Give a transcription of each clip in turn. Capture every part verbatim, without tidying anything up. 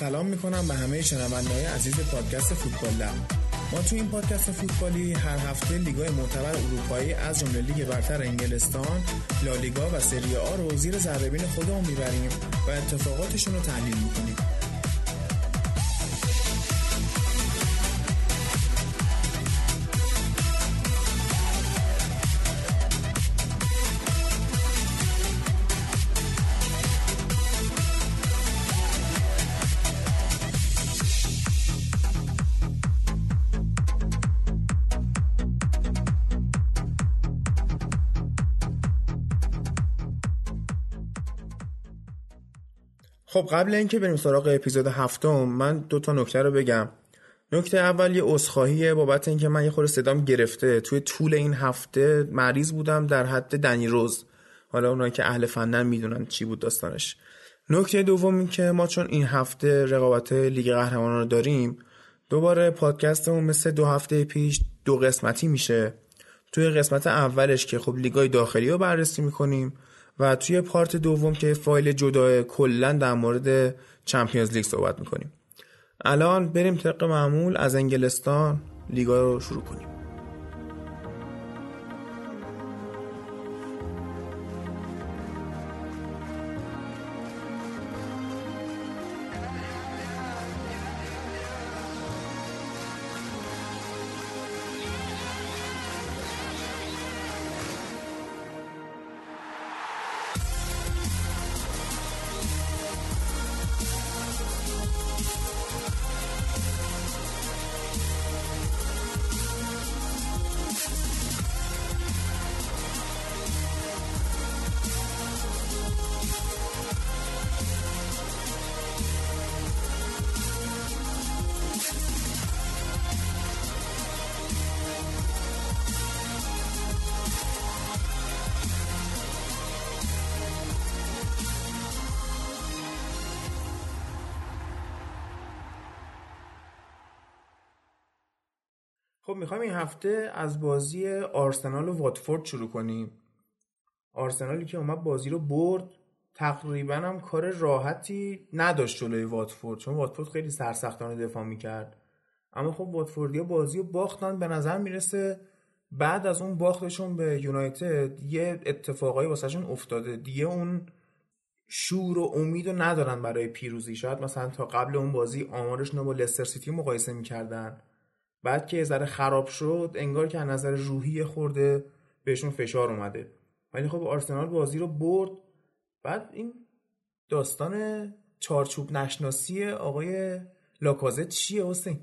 سلام میکنم به همه شنونده‌های عزیز پادکست فوتبال لب. ما تو این پادکست فوتبالی هر هفته لیگ‌های معتبر اروپایی از جمله لیگ برتر انگلستان، لالیگا و سری آ رو زیر ذره‌بین خودمون میبریم و اتفاقاتشون رو تحلیل میکنیم. خب قبل اینکه بریم سراغ اپیزود هفتم من دو تا نکته رو بگم. نکته اول یه عذرخواهیه بابت اینکه من یه خورده صدام گرفته. توی طول این هفته مریض بودم در حد دنی روز. حالا اونایی که اهل فنن میدونن چی بود داستانش. نکته دوم این که ما چون این هفته رقابت لیگ قهرمانان رو داریم، دوباره پادکستمون مثل دو هفته پیش دو قسمتی میشه. توی قسمت اولش که خب لیگای داخلی رو بررسی میکنیم و توی پارت دوم که فایل جدا کلا در مورد چمپیونز لیگ صحبت میکنیم. الان بریم طبق معمول از انگلستان لیگا رو شروع کنیم. خب میخوایم این هفته از بازی آرسنال و واتفورد شروع کنیم. آرسنالی که اومد بازی رو برد، تقریبا هم کار راحتی نداشت جلوی واتفورد، چون واتفورد خیلی سرسختانه دفاع میکرد. اما خب واتفوردیا بازی رو باختن. به نظر میرسه بعد از اون باختشون به یونایتد یه اتفاقایی واسهشون افتاده دیگه. اون شور و امید رو ندارن برای پیروزی. شاید مثلا تا قبل اون بازی آمارشون رو با لستر سیتی مقایسه میکردن، بعد که یه ذره خراب شد انگار که از نظر روحی خورده بهشون فشار اومده. ولی خب آرسنال بازی رو برد. بعد این داستان چارچوب نشناسی آقای لاکازت چیه حسین؟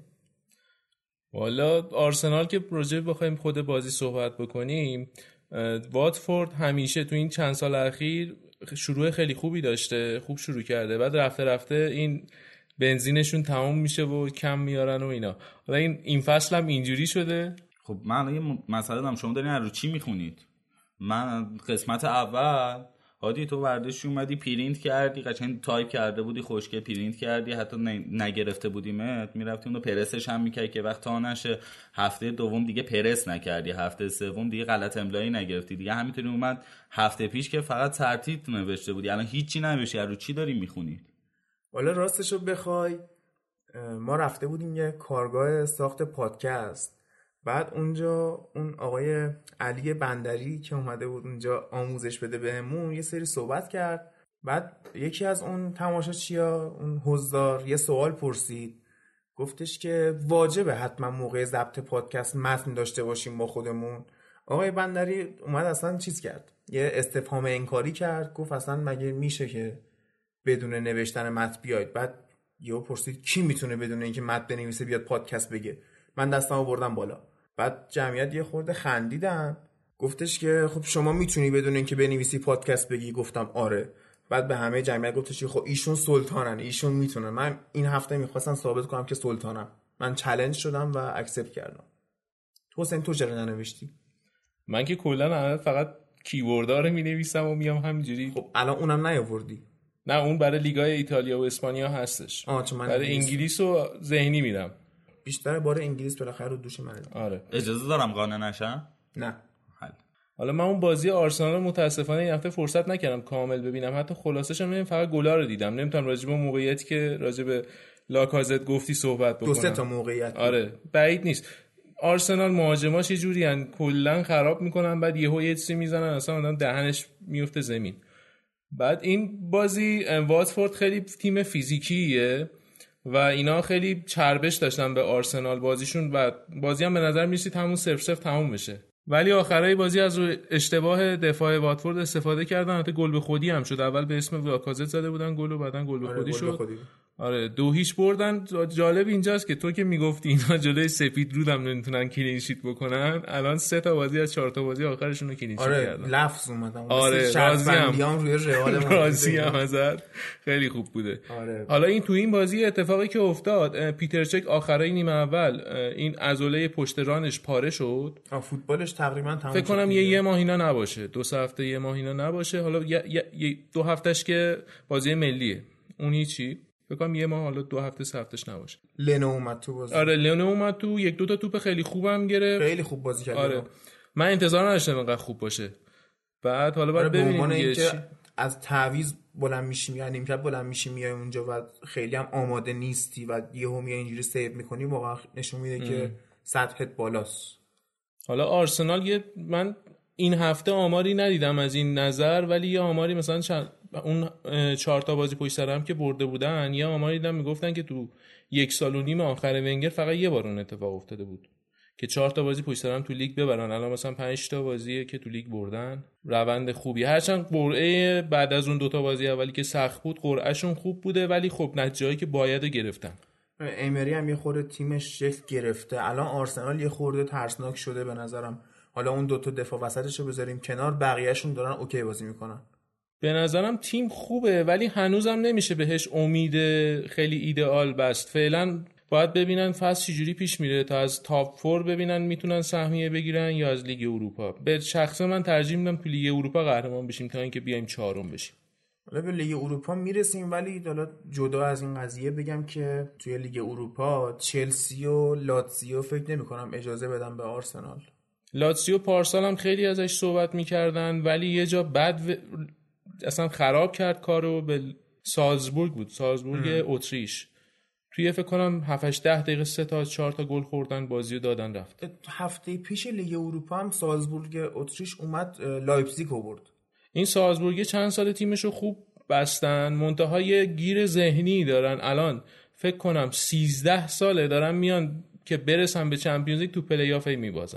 والا آرسنال که راجع بخوایم خود بازی صحبت بکنیم، واتفورد همیشه تو این چند سال اخیر شروع خیلی خوبی داشته، خوب شروع کرده، بعد رفته رفته این بنزینشون تمام میشه و کم میارن و اینا. حالا این این فصل هم اینجوری شده. خب من یه مسئله دارم، شما دارین رو چی میخونید؟ من قسمت اول هادی تو ورداشی اومدی پرینت کردی، قشنگ تایپ کرده بودی، خوشگل پرینت کردی، حتی نگرفته بودیمت، میرفتی اونو پرسش هم میکردی که وقت تا نشه. هفته دوم دیگه پرس نکردی، هفته سوم دیگه غلط املایی نگرفتی دیگه. همینطوری اومد هفته پیش که فقط ترتیب نوشته بودی، الان هیچی نوشتی. رو چی داری میخونید؟ والا راستشو بخوای ما رفته بودیم یه کارگاه ساخت پادکست، بعد اونجا اون آقای علی بندری که اومده بود اونجا آموزش بده بهمون یه سری صحبت کرد. بعد یکی از اون تماشاچیا، اون حضار، یه سوال پرسید، گفتش که واجبه حتما موقع ضبط پادکست متن داشته باشیم با خودمون. آقای بندری اومد اصلا چیز کرد، یه استفهام انکاری کرد، گفت اصلا مگه میشه که بدون نوشتن متن بیاید؟ بعد یهو پرسید کی میتونه بدون اینکه متن بنویسه بیاد پادکست بگه؟ من دستمو بردم بالا. بعد جمعیت یه خورده خندیدن. گفتش که خب شما میتونی بدون اینکه بنویسی پادکست بگی؟ گفتم آره. بعد به همه جمعیت گفتش خب ایشون سلطانن، ایشون میتونن. من این هفته میخواستم ثابت کنم که سلطانم. من چالش شدم و اکسپت کردم. حسین تو چرا ننوشتی؟ من که کلا فقط کیوردها رو مینویسم و میام همینجوری. خب الان اونم نیاوردی؟ نه اون برای لیگای ایتالیا و اسپانیا هستش. آه چون من برای انگلیس و ذهنی میرم. بیشتر بار انگلیس بالاخره رو دوش منه. آره. اجازه دارم قانع نشم؟ نه. حل. حالا من اون بازی آرسنال متاسفانه این هفته فرصت نکردم کامل ببینم، حتی خلاصش هم فقط گلا رو دیدم. نمیتونم راجع به موقعیتی که راجع به لاکازت گفتی صحبت بکنم. دو سه تا موقعیت. آره بعید نیست. آرسنال مهاجماش یه جوری ان کلا خراب میکنن، بعد یهو یه چیزی میزنن اصلا آدم دهنش میفته زمین. بعد این بازی واتفورد خیلی تیم فیزیکیه و اینا خیلی چربش داشتن به آرسنال بازیشون و بازی هم به نظر میرسید همون صفر صفر تموم بشه، ولی آخرای بازی از روی اشتباه دفاع واتفورد استفاده کردن. حتی گل به خودی هم شد. اول به اسم لاکازت زده بودن گل و بعدن گل به آره خودی شد. خودی. آره دو هیچ بردن. جالب اینجاست که تو که میگفتی اینا جلوی سفید رود هم نمیتونن کلین شیت بکنن، الان سه تا بازی از چهار تا بازی آخرشون رو کلین شیت آره کردن. لفظ اومدم. آره راضی هم روی رئال راضی هم ازت، خیلی خوب بوده. آره. حالا این تو این بازی اتفاقی که افتاد، پیتر چک آخرای نیمه اول این عضله پشت رانش پاره شد. فوتبالش تقریبا تمام فکر کنم یه یه ماه اینا نباشه، دو سه هفته یه ماه اینا نباشه. حالا یه, یه دو هفتهش که بازی ملیه اون هیچی، فکر کنم یه ماه حالا دو هفته سه هفتهش نباشه. لنو اومد تو بازی. آره لنو اومد تو، یک دو تا توپ خیلی خوبم گرفت، خیلی خوب بازی کرد. آره من انتظار نداشتم اینقدر خوب باشه. بعد حالا باید آره ببینیم دیگه چی از تعویض بلند میشیم، یعنی نیمکت بلند میشیم میای اونجا و خیلی هم آماده نیستی و یهو میای اینجوری سیو میکنی، واقعا نشون میده ام. که سطحت بالاست. حالا آرسنال یه من این هفته آماری ندیدم از این نظر، ولی یه آماری مثلا چند اون چهار تا بازی پشت سر هم که برده بودن، یه آماری دیدم میگفتن که تو یک سال و نیم آخر ونگر فقط یه بار اون اتفاق افتاده بود که چهار تا بازی پشت سر هم تو لیگ ببرن. الان مثلا پنج تا بازیه که تو لیگ بردن، روند خوبی. هرچند قرعه بعد از اون دو تا بازی اولی که سخت بود قرعهشون خوب بوده، ولی خب نتیجه‌ای که باید گرفتن. ایمری هم یه خورده تیمش شکل گرفته. الان آرسنال یه خورده ترسناک شده به نظرم. حالا اون دو تا دفاع وسطشو بذاریم کنار، بقیه‌شون دارن اوکی بازی میکنن. به نظرم تیم خوبه، ولی هنوزم نمیشه بهش امید خیلی ایدئال بست. فعلا باید ببینن فصل چجوری پیش میره تا از تاپ فور ببینن میتونن سهمیه بگیرن یا از لیگ اروپا. به شخصه من ترجیح میدم تو لیگ اروپا قهرمان بشیم تا اینکه بیایم چهارم بشیم. حالا به لیگ اروپا میرسیم، ولی حالا جدا از این قضیه بگم که توی لیگ اروپا چلسی و لاتزیو فکر نمی‌کنم اجازه بدن به آرسنال. لاتزیو پارسال هم خیلی ازش صحبت میکردن، ولی یه جا بد و... اصلا خراب کرد کارو. به سالزبورگ بود، سالزبورگ اتریش، توی فکر کنم هفت هشت دقیقه سه تا چهار تا گل خوردن، بازیو دادن رفت. هفته پیش لیگ اروپا هم سالزبورگ اتریش اومد لایپزیگ رو برد. این سالزبورگ چند سال تیمشو خوب بستن، منتهای گیر ذهنی دارن. الان فکر کنم سیزده ساله دارن میان که برسن به چمپیونز لیگ، تو پلی آف میبازن.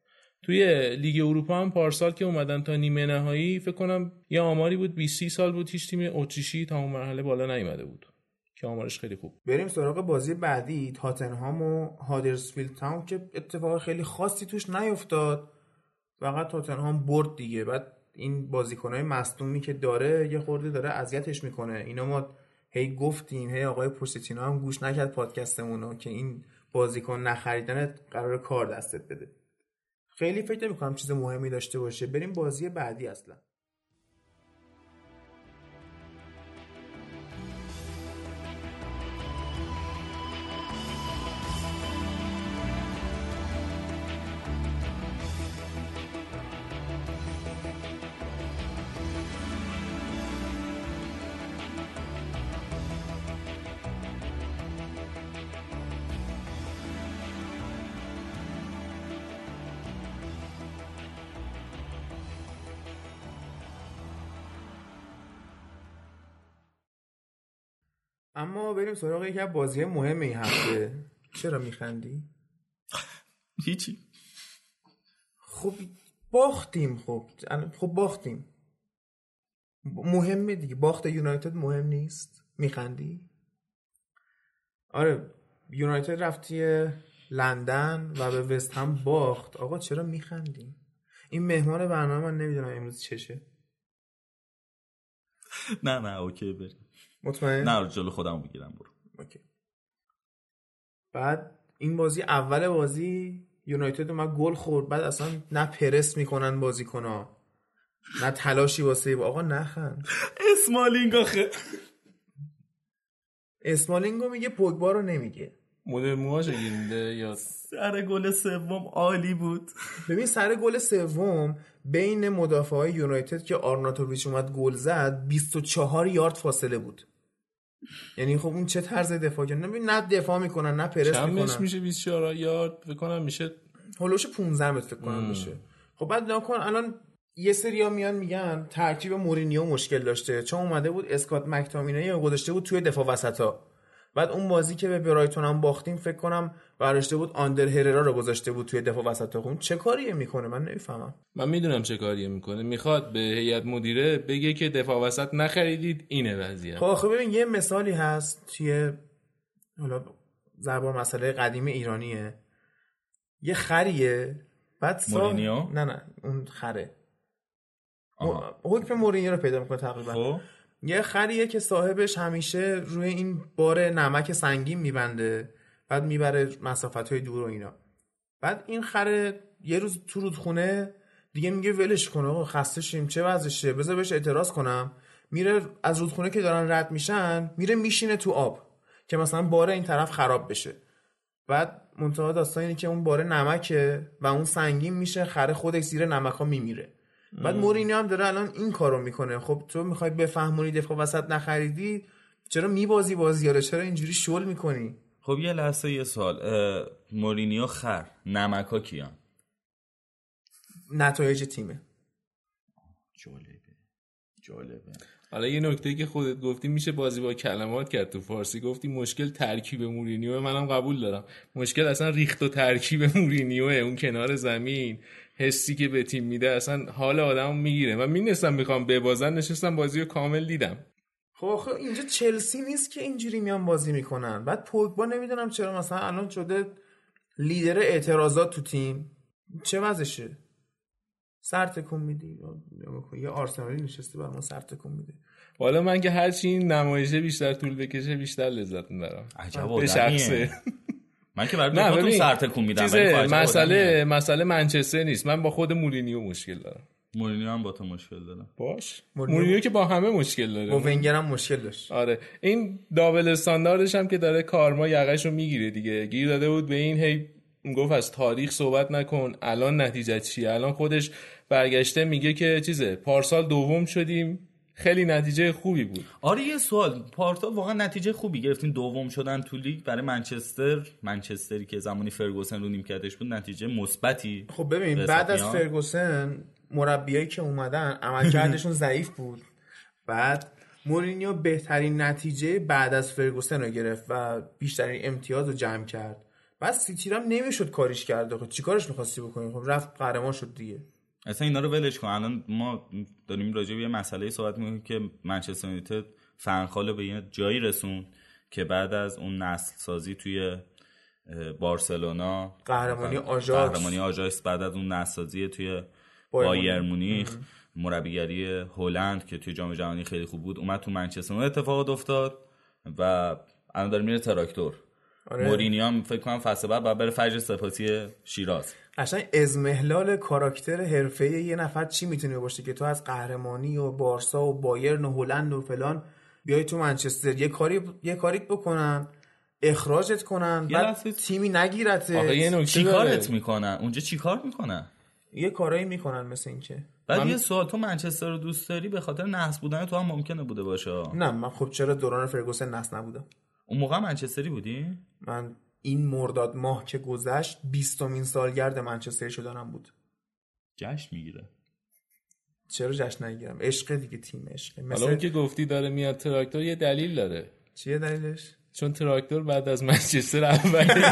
توی لیگ اروپا هم پارسال که اومدن تا نیمه نهایی، فکر کنم یه آماری بود بیست سال بود هیچ تیم اتریشی تا اون مرحله بالا نیومده بود که آمارش خیلی خوب. بریم سراغ بازی بعدی، تاتنهام و هادرسفیلد تاون که اتفاق خیلی خاصی توش نیفتاد، فقط تاتنهام برد دیگه. بعد این بازیکنای مصدومی که داره یه خورده داره اذیتش میکنه. اینا ما هی گفتیم، هی آقای پوچتینو هم گوش نکرد پادکستمونو که این بازیکن نخریدن قرار کار دستت بده. خیلی فکر نمی‌کنم چیز مهمی داشته باشه. بریم بازی بعدی. اصلا اما بریم سراغ یکی از بازی مهم این هفته. چرا میخندی؟ هیچی. خب باختیم. خب خب باختیم. مهمه دیگه. باخت یونایتد مهم نیست. میخندی؟ آره یونایتد رفتی لندن و به وست هم باخت. آقا چرا میخندی؟ این مهمان برنامه من نمیدونم امروز چشه. نه نه اوکی بریم. مطمئن؟ نه جلو خودمو بگیرم برو. اوکی. بعد این بازی اول بازی یونایتد اومد گل خورد، بعد اصلا نه پرس میکنن بازیکن‌ها نه تلاشی واسه آقا نخند. اسمالینگ آخه اسمالینگو میگه پوگبا رو نمیگه. مدل موهاش گیرنده یا سر گل سوم عالی بود. ببین سر گل سوم بین مدافعای یونایتد که آرناتوویچ اومد گل زد بیست و چهار یارد فاصله بود. یعنی خب اون چه طرز دفاع کنه؟ نه دفاع میکنن نه پرس میکنن. چندش میشه بیست و چهار یارد فکر کنم میشه هولوش پانزده متر فکر کنم میشه. خب بعد نگاه کن الان یه سریا میان میگن ترکیب مورینیو مشکل داشته چون اومده بود اسکات مک‌تامینی رو گذاشته بود توی دفاع وسطا. بعد اون بازی که به برایتون هم باختیم فکر کنم برداشته بود آندر هررا رو گذاشته بود توی دفاع وسطا. خب چه کاریه میکنه من نمیفهمم. من میدونم چه کاریه میکنه. میخواد به هیئت مدیره بگه که دفاع وسط نخریدید اینه وضعیت. خب خب ببین یه مثالی هست توی حالا زربان مسئله قدیم ایرانیه. یه خریه بعد سا... مورینیو نه نه اون خره م... حکم مورینیو رو پیدا میکنه تقریبا. خب یه خریه که صاحبش همیشه روی این بار نمک سنگین میبنده بعد میبره مسافت‌های دور و اینا. بعد این خره یه روز تو رودخونه دیگه میگه ولش کن آقا خسته شیم چه وضعشه بذار بهش اعتراض کنم. میره از رودخونه که دارن رد میشن میره میشینه تو آب که مثلا بار این طرف خراب بشه. بعد منتها داستان اینه که اون بار نمکه و اون سنگین میشه خره خودش زیر نمک‌ها میمیره. بعد مورینیو هم داره الان این کارو میکنه. خب تو میخوای بفهمونی دفاع وسط نخریدی چرا میبازی بازی رو چرا اینجوری شل میکنی؟ خب یه لحظه یه سوال مورینیو خر نمکا کیان؟ نتایج تیمه. جالبه جالبه. حالا یه نکته که خودت گفتی میشه بازی با کلمات کرد. تو فارسی گفتی مشکل ترکیب مورینیو، منم قبول دارم مشکل اصلا ریخت و ترکیب مورینیوه. اون کنار زمین حسی که به تیم میده اصلا حال آدمو میگیره. من می‌نستم میخوام ببازن نشستم بازی رو کامل دیدم. خب خب اینجا چلسی نیست که اینجوری میان بازی میکنن. بعد پوگبا نمیدونم چرا مثلا الان شده لیدر اعتراضات تو تیم. چه وضعشه؟ سر تکون میدی یه آرسنالی نشسته برام سر تکون میده. والا من که هرچی این نمایشه بیشتر طول بکشه بیشتر لذت میبرم. عجب به شخصه من که برای خودم سر تکون میدم. مسئله مسئله منچستر نیست. من با خود مورینیو مشکل دارم. مورینیو هم با تو مشکل داره. باش مورینیو, مورینیو که با همه مشکل داره. با ونگر هم مشکل داشت. آره این دابل استانداردش هم که داره کارما یقهشو میگیره دیگه. گیر داده بود به این هی گفت از تاریخ صحبت نکن الان نتیجه چیه. الان خودش برگشته میگه که چیزه پارسال دوم شدیم خیلی نتیجه خوبی بود. آره یه سوال پارسال واقعا نتیجه خوبی گرفتین دوم شدن تو لیگ برای منچستر منچستری که زمانی فرگوسن رو نیمکتش بود نتیجه مثبتی. خب ببین بعد از فرگوسن مربیایی که اومدن عملکردشون ضعیف بود. بعد مورینیو بهترین نتیجه بعد از فرگوسن رو گرفت و بیشترین امتیاز رو جمع کرد. بعد سیتی هم نمیشد کاریش کرد. خب چیکارش می‌خواستی بکنی؟ خب رفت قهرمان شد دیگه. اصلا اینا رو ولش کن. الان ما داریم راجع به یه مسئله صحبت می‌کنیم که منچستر یونایتد فنخال به یه جایی رسون که بعد از اون نسل سازی توی بارسلونا قهرمانی آژاکس قهرمانی آژاکس بعد از اون نسل سازی توی بایر مونیخ مربیگری هلند که توی جام جهانی خیلی خوب بود اومد تو منچستر اون اتفاقات افتاد و الان داره میره تراکتور. آره. مورینیو هم فکر کنم فصل بعد بعد بره فجر سپاسی شیراز. قشنگ ازمهلال کاراکتر حرفه‌ای یه نفر چی میتونه باشه که تو از قهرمانی و بارسا و بایرن و هلند و فلان بیای تو منچستر یه کاری یه کاری بکنن اخراجت کنن بعد تیمی نگیرته. آخه یه چی کارت میکنن اونجا چی کار میکنن؟ یه کارایی میکنن مثل این که بعد من... یه سوال تو منچستر رو دوست داری به خاطر نحس بودن تو هم ممکنه بوده باشه. نه من خب چرا دوران فرگوسن نحس نبودم. اون موقع منچستری بودی؟ من این مرداد ماه که گذشت بیستمین سالگرد منچستر شدنم بود. جشن میگیره. چرا جشن نگیرم؟ عشق دیگه تیم عشق. مثلا اون که گفتی داره میاد تراکتور یه دلیل داره. چیه دلیلش؟ چون تراکتور بعد از منچستر اوله.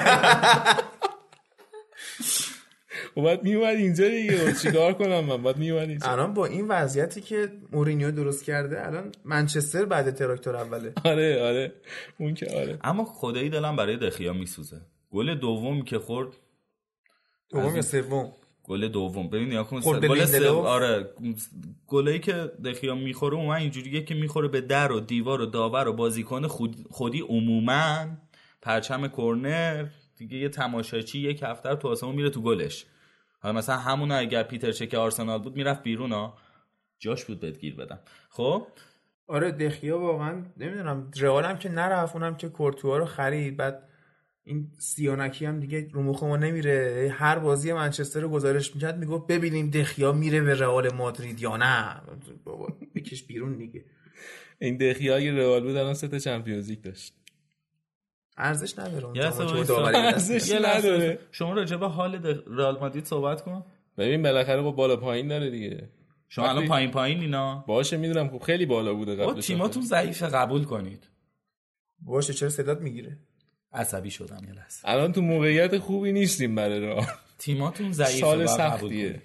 و بعد میومد اینجا دیگه چیکار کنم من؟ بعد میومد اینجا. الان با این وضعیتی که مورینیو درست کرده الان منچستر بعد تراکتور اوله. آره آره اون که آره. اما خدایی دلم برای دخیا میسوزه. گل دوم که خورد دوم یا سوم؟ گل دوم ببین یا کن گل سوم. آره گلی که دخیا میخوره اون اینجوریه که میخوره به در و دیوار و داور و بازیکن خود خودی عموما پرچم کرنر دیگه یه تماشاچی یک هفته تو آسمون میره تو گلش. حالا مثلا همون اگر پیتر چک آرسنال بود میرفت بیرون ها جاش بود بهت گیر بدم. خب آره دخیا واقعا نمیدونم رئال هم که نرفت اونم که کورتوا رو خرید بعد این سیانکی هم دیگه رو مخ ما نمیره. هر بازی منچستر رو گزارش میکرد میگفت ببینیم دخیا میره به رئال مادرید یا نه. بابا بکش بیرون دیگه. این دخیای رئال بود الان سه تا چمپیونز لیگ داشت. ارزش نداره اون یه زمان که داوری ارزش نداره. شما راجع به حال رئال مادرید صحبت کن. ببین بالاخره با بالا پایین داره دیگه. شما الان پایین پایین اینا باشه میدونم خب خیلی بالا بوده قبلش. تیماتون ضعیفه قبول کنید. باشه چرا صدات میگیره؟ عصبی شدم یه لحظه. الان تو موقعیت خوبی نیستیم برای راه. تیماتون ضعیفه سال سختیه.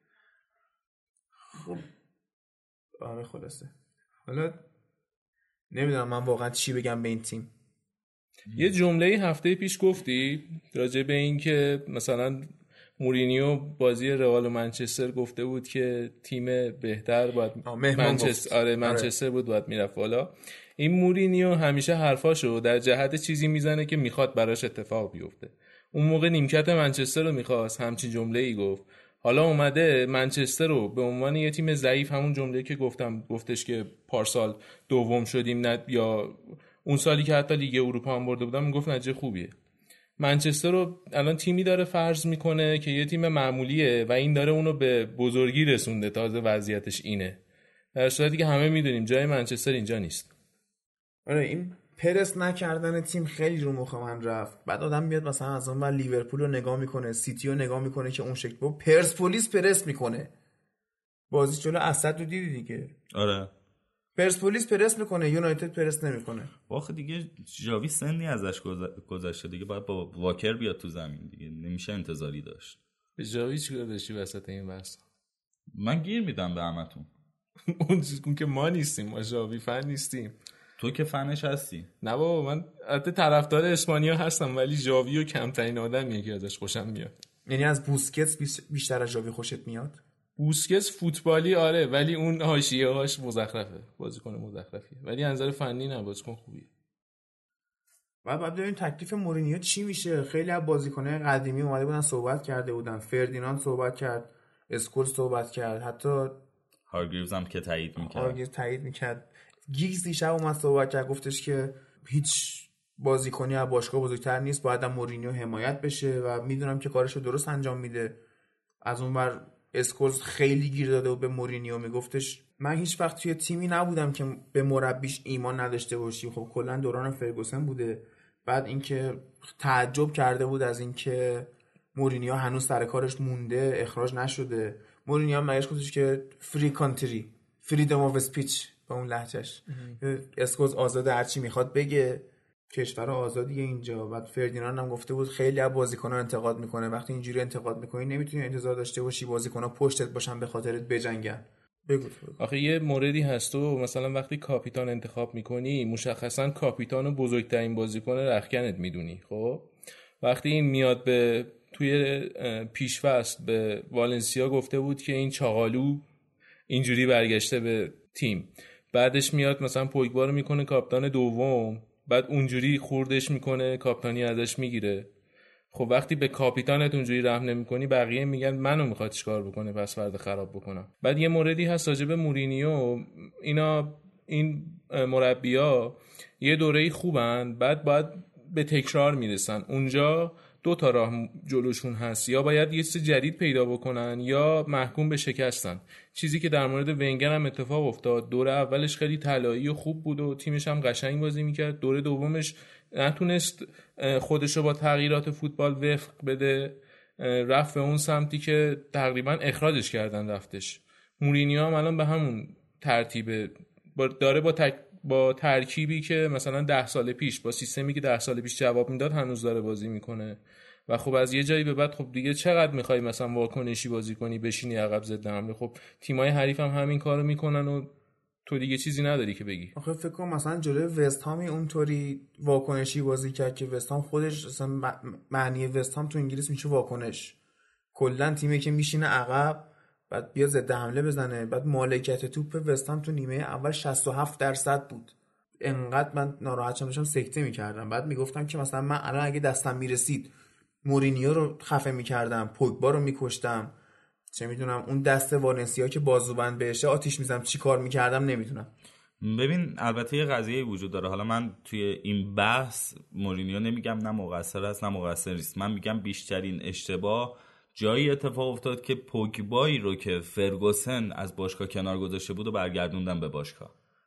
خب آره خلاصه. حالا نمیدونم من واقعا چی بگم به این تیم. یه جمله هفته پیش گفتی راجع به این که مثلا مورینیو بازی رئال و منچستر گفته بود که تیم بهتر باید منچستر آره منچستر بود باید میرفت بالا. این مورینیو همیشه حرفاشو در جهت چیزی میزنه که میخواد براش اتفاق بیفته. اون موقع نیمکت منچستر رو میخواست همچین جمله‌ای گفت. حالا اومده منچستر رو به عنوان یه تیم ضعیف، همون جمله‌ای که گفتم گفتش که پارسال دوم شدیم نه یا اون سالی که حتی لیگ اروپا هم برده بودم میگفت نتیجه خوبیه. منچستر رو الان تیمی داره فرض میکنه که یه تیم معمولیه و این داره اونو به بزرگی رسونده، تازه وضعیتش اینه، در صورتی که همه میدونیم جای منچستر اینجا نیست. آره این پرس نکردن تیم خیلی رو مخ من رفت. بعد آدم میاد مثلا از اون ور لیورپول رو نگاه میکنه، سیتی رو نگاه میکنه که اون شکل با پرسپولیس پرس میکنه. بازی جلو اسد رو دیدی دیگه. آره پرسپولیس پرس میکنه، یونایتد پرس نمیکنه. واخه دیگه جاوی سنی ازش گذشته دیگه، باید با واکر بیاد تو زمین دیگه، نمیشه انتظاری داشت. به جاوی چیکار داشتی وسط این بحث؟ من گیر میدم به همتون. اون چیزی که ما نیستیم، ما جاوی فن نیستیم. تو که فنش هستی. نه بابا من البته طرفدار اسپانیا هستم ولی جاوی و کمترین آدمیه که ازش خوشم میاد. یعنی از بوسکتس بیشتر از جاوی خوشت میاد؟ بوسکتس فوتبالی آره ولی اون حاشیه‌هاش مزخرفه، بازیکن مزخرفیه، ولی از نظر فنی نه بازیکن خوبیه. بعد بعد ببین تکلیف مورینیو چی میشه. خیلی از بازیکن‌های قدیمی اومده بودن صحبت کرده بودن، فردیناند صحبت کرد، اسکول صحبت کرد، حتی هارگریوز هم که تایید میکرد. هارگریوز تایید میکرد. گیگز دیشب اومد صحبت کرد، گفتش که هیچ بازیکنی از باشگاه بزرگتر نیست، باید مورینیو حمایت بشه و میدونم که کارشو درست انجام میده. از اونور اسکولز خیلی گیر داده و به مورینیو میگفتش من هیچ وقت توی تیمی نبودم که به مربیش ایمان نداشته باشی. خب کلا دوران فرگوسن بوده. بعد اینکه تعجب کرده بود از اینکه مورینیو هنوز سر کارش مونده، اخراج نشده. مورینیو هم مگهش گفتش که فری کانتری، فریدم اف اسپیچ با اون لهجهش. اسکولز آزاده هر چی میخواد بگه، کشور آزادیه اینجا. بعد فردیناند هم گفته بود خیلی از بازیکن‌ها انتقاد میکنه، وقتی اینجوری انتقاد میکنی نمیتونی انتظار داشته باشی بازیکن‌ها پشتت باشن به خاطرت بجنگن. بگو. آخه یه موردی هست، تو مثلا وقتی کاپیتان انتخاب میکنی مشخصا کاپیتانو بزرگترین بازیکن رخکنت میدونی. خب وقتی این میاد به توی پیش‌فصل به والنسیا گفته بود که این چاقالو اینجوری برگشته به تیم، بعدش میاد مثلا پوگبا رو میکنه کاپیتان دوم، بعد اونجوری خوردش میکنه، کاپیتانی ازش میگیره. خب وقتی به کاپیتانت اونجوری رحم نمیکنی بقیه میگن منو میخواد چیکار بکنه پس فردا خراب بکنم. بعد یه موردی هست راجع به مورینیو، اینا این مربی‌ها یه دوره‌ای خوبن بعد باید به تکرار میرسن. اونجا دو تا راه جلوشون هست، یا باید یه چیز جدید پیدا بکنن یا محکوم به شکستن. چیزی که در مورد ونگر هم اتفاق افتاد. دوره اولش خیلی طلایی و خوب بود و تیمش هم قشنگ بازی میکرد، دوره دومش نتونست خودشو با تغییرات فوتبال وفق بده، رفت به اون سمتی که تقریبا اخراجش کردن رفتش. مورینیو هم الان به همون ترتیبه، داره با تک با ترکیبی که مثلا ده سال پیش با سیستمی که ده سال پیش جواب میداد هنوز داره بازی میکنه. و خب از یه جایی به بعد خب دیگه چقدر میخوای مثلا واکنشی بازی کنی بشینی عقب ضد حمله؟ خب تیمای حریف هم همین کارو میکنن و تو دیگه چیزی نداری که بگی. آخه فکر کنم مثلا جلوی وست هامی اونطوری واکنشی بازی کرد که وست هام خودش اصلا معنی وست هام تو انگلیس میشه واکنش. کلا تیمی که میشینه عقب بعد بیا ضد حمله بزنه. بعد مالکیت توپ وست هام تو نیمه اول شصت و هفت درصد بود. انقدر من ناراحت شدم داشتم سکته میکردم. بعد میگفتم که مثلا من الان اگه دستم میرسید مورینیو رو خفه میکردم، پوگبا رو میکشتم، چه میدونم اون دست والنسیا که بازوبند بهشه آتیش میزنم، چی کار میکردم نمیدونم. ببین البته یه قضیه وجود داره. حالا من توی این بحث مورینیو نمیگم نه مقصر است نه مقصر نیست، من میگم بیشترین اشتباه جایی اتفاق افتاد که پوگبایی رو که فرگوسن از باشگاه کنار گذاشته بود و برگردوندن به باشگاه.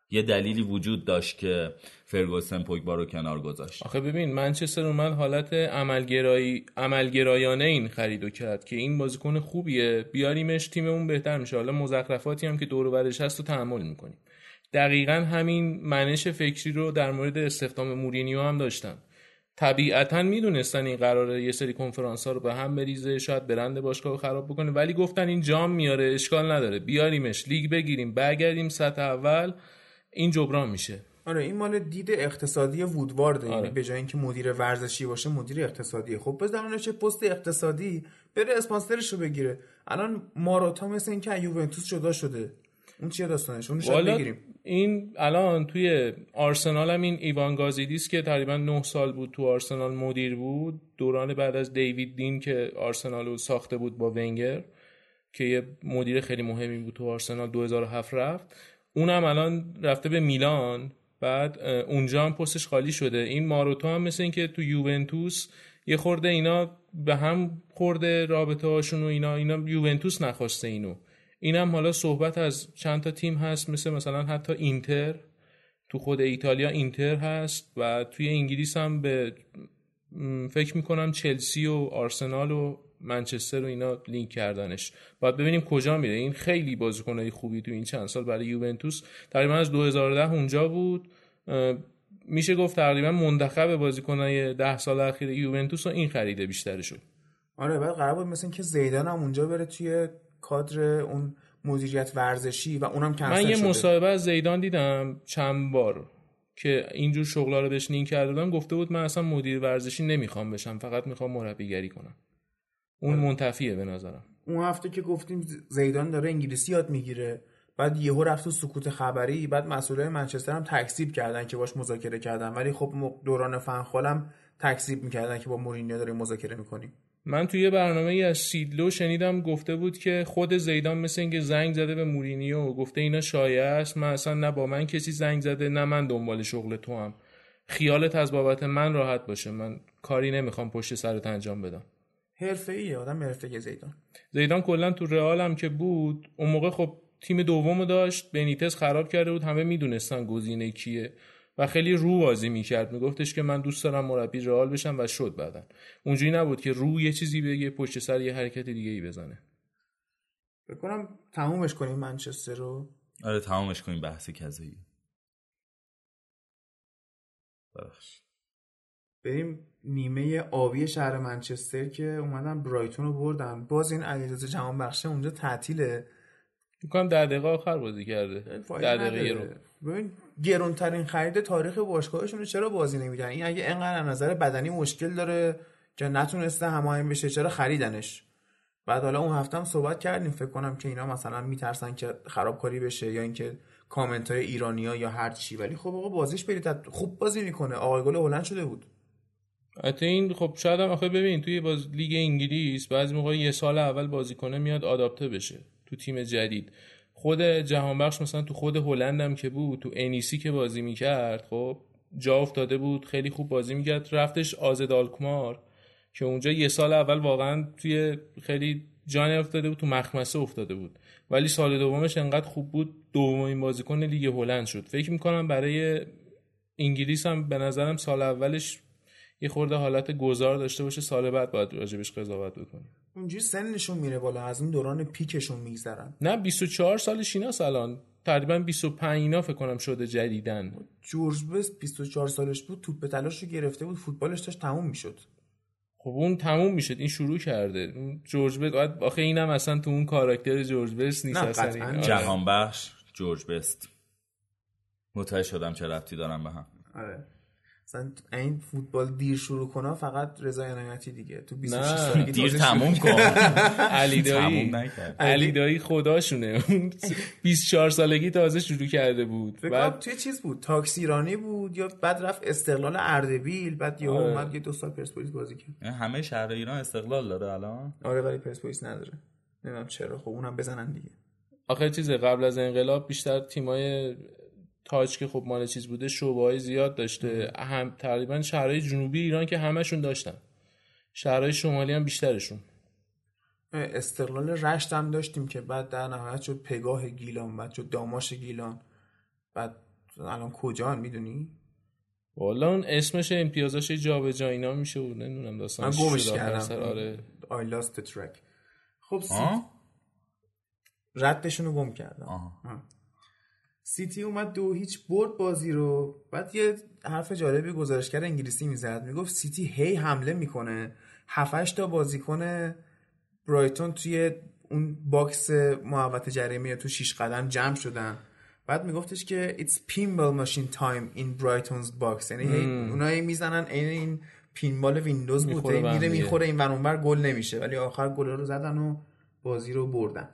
یه دلیلی وجود داشت که فرگوسن پوگبا رو کنار گذاشت. آخه ببین منچستر اومد حالت عملگرایی عملگرایانه این خریدو کرد که این بازیکن خوبیه بیاریمش تیممون بهتر میشه، حالا مزخرفاتی هم که دور و برش هست رو تحمل میکنیم. دقیقاً همین منش فکری رو در مورد استخدام مورینیو هم داشتن. طبیعتاً میدونستن این قراره یه سری کنفرانس‌ها رو به هم بریزه، شاید برند باشگاه رو خراب بکنه، ولی گفتن این جام میاره اشکال نداره بیاریمش لیگ بگیریم برگردیم سطح اول، این جبران میشه. آره این مال دید اقتصادی وودوارد، آره. به جای اینکه مدیر ورزشی باشه مدیر اقتصادی. خب بس زمانش چه پست اقتصادی بره اسپانسرش رو بگیره. الان ماراتا مثل این که یوونتوس جدا شده، اون چیه داستانش؟ اون شاید بگیریم. این الان توی آرسنال هم این ایوان گازیدیس که تقریبا نه سال بود تو آرسنال مدیر بود، دوران بعد از دیوید دین که آرسنال رو ساخته بود با ونگر که یه مدیر خیلی مهمی بود تو آرسنال، دو هزار و هفت رفت. اونم الان رفته به میلان، بعد اونجا هم پستش خالی شده. این ماروتا هم مثل این که تو یوونتوس یه خورده اینا به هم خورده رابطه هاشون و اینا اینا یوونتوس نخواسته اینو. اینم حالا صحبت از چند تا تیم هست، مثل مثلا حتی اینتر تو خود ایتالیا اینتر هست و توی انگلیس هم به فکر میکنم چلسی و آرسنال و منچستر و اینا لینک کردنش. باید ببینیم کجا میره. این خیلی بازیکنای خوبی تو این چند سال برای یوونتوس، تقریبا از دو هزار و ده اونجا بود، میشه گفت تقریبا منتخب بازیکنای ده سال اخیر یوونتوس و این خریده بیشترشو. آره بعد قرار بود مثلا اینکه زیدان هم اونجا بره توی کادر اون مدیریت ورزشی و اونم کنسل شده. من یه مصاحبه از زیدان دیدم چند بار که اینجور شغلا رو بهش لینک کرده بودم، گفته بود من اصلا مدیر ورزشی نمیخوام بشم، فقط میخوام مربیگری کنم. اون آره. منتفیه به نظرم. اون هفته که گفتیم زیدان داره انگلیسی یاد میگیره، بعد یهو رفت تو سکوت خبری، بعد مسئولای منچستر هم تکذیب کردن که باش مذاکره کردن، ولی خب دوران فنخالم تکذیب میکردن که با مورینیو داریم مذاکره میکنیم. من توی یه برنامه‌ای از سیدلو شنیدم گفته بود که خود زیدان مثل اینکه زنگ زده به مورینیو و گفته اینا شایعه است، من اصلا نه با من کسی زنگ زده نه من دنبال شغل تو هم، خیالت از بابت من راحت باشه، من کاری نمیخوام پشت سرت انجام بدم. حرفه‌ایه، آدم حرفه‌ای زیدان. زیدان کلا تو رئال هم که بود اون موقع خب تیم دومو داشت، بنیتز خراب کرده بود، همه میدونستن گزینه کیه و خیلی رو بازی میکرد، میگفتش که من دوست دارم مربی رئال بشم و شد. بعدن اونجوری نبود که رو یه چیزی بگه پشت سر یه حرکت دیگه ای بزنه. فکر کنم تمومش کنیم منچستر رو. آره تمومش کنیم بحث کذایی. بخش بریم نیمه آبی شهر منچستر که اومدن برایتون رو بردن. باز این علیرضا جهانبخشه اونجا تعطیله، میگم در دقیقه آخر بازی کرده، در دقیقه رو. ببین گرونترین خرید تاریخ باشگاهشون رو چرا بازی نمیدن؟ این اگه اینقدر از نظر بدنی مشکل داره که نتونسته هماهنگ بشه چرا خریدنش؟ بعد حالا اون هفته هم صحبت کردیم فکر کنم که اینا مثلا میترسن که خرابکاری بشه یا اینکه کامنت های ایرانی‌ها یا هر چی، ولی خب آقا بازیش برید، خوب بازی میکنه، آقای گل هلند شده بود. حتی این خب شاید هم آخه ببین توی باز لیگ انگلیس بعضی موقع یه سال اول بازیکن میاد آداپته بشه تو تیم جدید. خود جهانبخش مثلا تو خود هلند هم که بود تو انیسی که بازی میکرد خب جا افتاده بود، خیلی خوب بازی میکرد، رفتش آزد آلکمار که اونجا یه سال اول واقعا توی خیلی جان افتاده بود، تو مخمسه افتاده بود، ولی سال دومش انقدر خوب بود دومین بازیکن لیگ هلند شد. فکر میکنم برای انگلیس هم به نظرم سال اولش یه خورده حالت گذار داشته باشه، سال بعد باید راجبش قضاوت بکنیم. اونجوری سنشون میره بالا، از اون دوران پیکشون میگذرن. نه بیست و چهار سالش ایناست الان، تقریبا بیست و پنج اینا فکر کنم شده جدیدن. جورج بست بیست و چهار سالش بود، توپ طلاش رو گرفته بود، فوتبالش داشت تموم میشد. خب اون تموم میشد، این شروع کرده. جورج بست آخه اینم اصلا تو اون کاراکتر جورج بست نیست اصلا. جهانبخش جورج بست متوجه شدم چه ربطی دارن به هم. آره مثلا این فوتبال دیر شروع کنه فقط رضا عنایتی دیگه تو بیست و شش سالگی دیر تموم کن. علی دایی علی دایی خداشونه بیست و چهار سالگی تازه شروع کرده بود. بعد توی چیز بود تاکسیرانی بود یا بعد رفت استقلال اردبیل، بعد یهو اومد یه دو سال پرسپولیس بازی کرد. همه شهر ایران استقلال داره الان. آره ولی پرسپولیس نداره، نمیدونم چرا. خب اونم بزنن دیگه. آخه چیزه قبل از انقلاب بیشتر تیمای تاج که خب مال چیز بوده شعبه‌های زیاد داشته، هم تقریبا شهرهای جنوبی ایران که همشون داشتن، شهرهای شمالی هم بیشترشون. استقلال رشت هم داشتیم که بعد در نهایت شد پگاه گیلان، بعد شد داماش گیلان، بعد الان کجان میدونی؟ والا اون اسمش امتیازش جابجا اینا میشه و نمیدونم داستانش من گمش کردم. آره I lost the track. خب سیتی ردشون رو گم کردم. آه. آه. سیتی اومد دو هیچ برد بازی رو. بعد یه حرف جالبی گزارشگر انگلیسی میزد، میگفت سیتی هی حمله میکنه، هفت هشت تا بازیکن برایتون توی اون باکس محوطه جریمه تو شش قدم جمع شدن. بعد میگفتش که it's pinball machine time in Brighton's box، یعنی هی اونایی میزنن عین این پینبال ویندوز بوده، میره میخوره این ور اون ور، گل نمیشه، ولی آخر گل رو زدن و بازی رو بردن.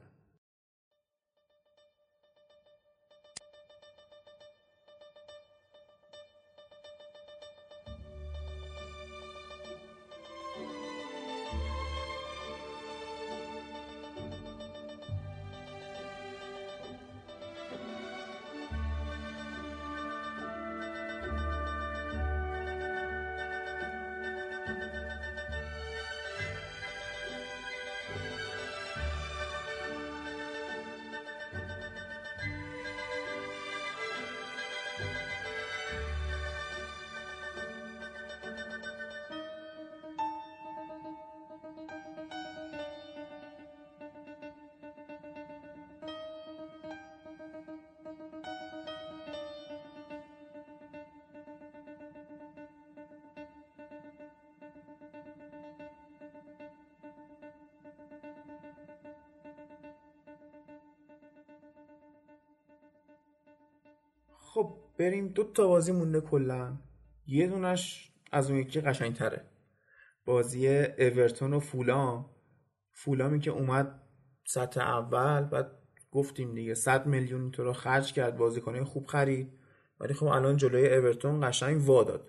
خب بریم دو تا بازی مونده کلا، یه دونش از اون یکی قشنگ‌تره، بازی اورتون و فولام. فولامی که اومد سطح اول، بعد گفتیم دیگه صد میلیون اینطورا خرج کرد، بازیکنای خوب خرید، ولی خب الان جلوی اورتون قشنگ وا داد.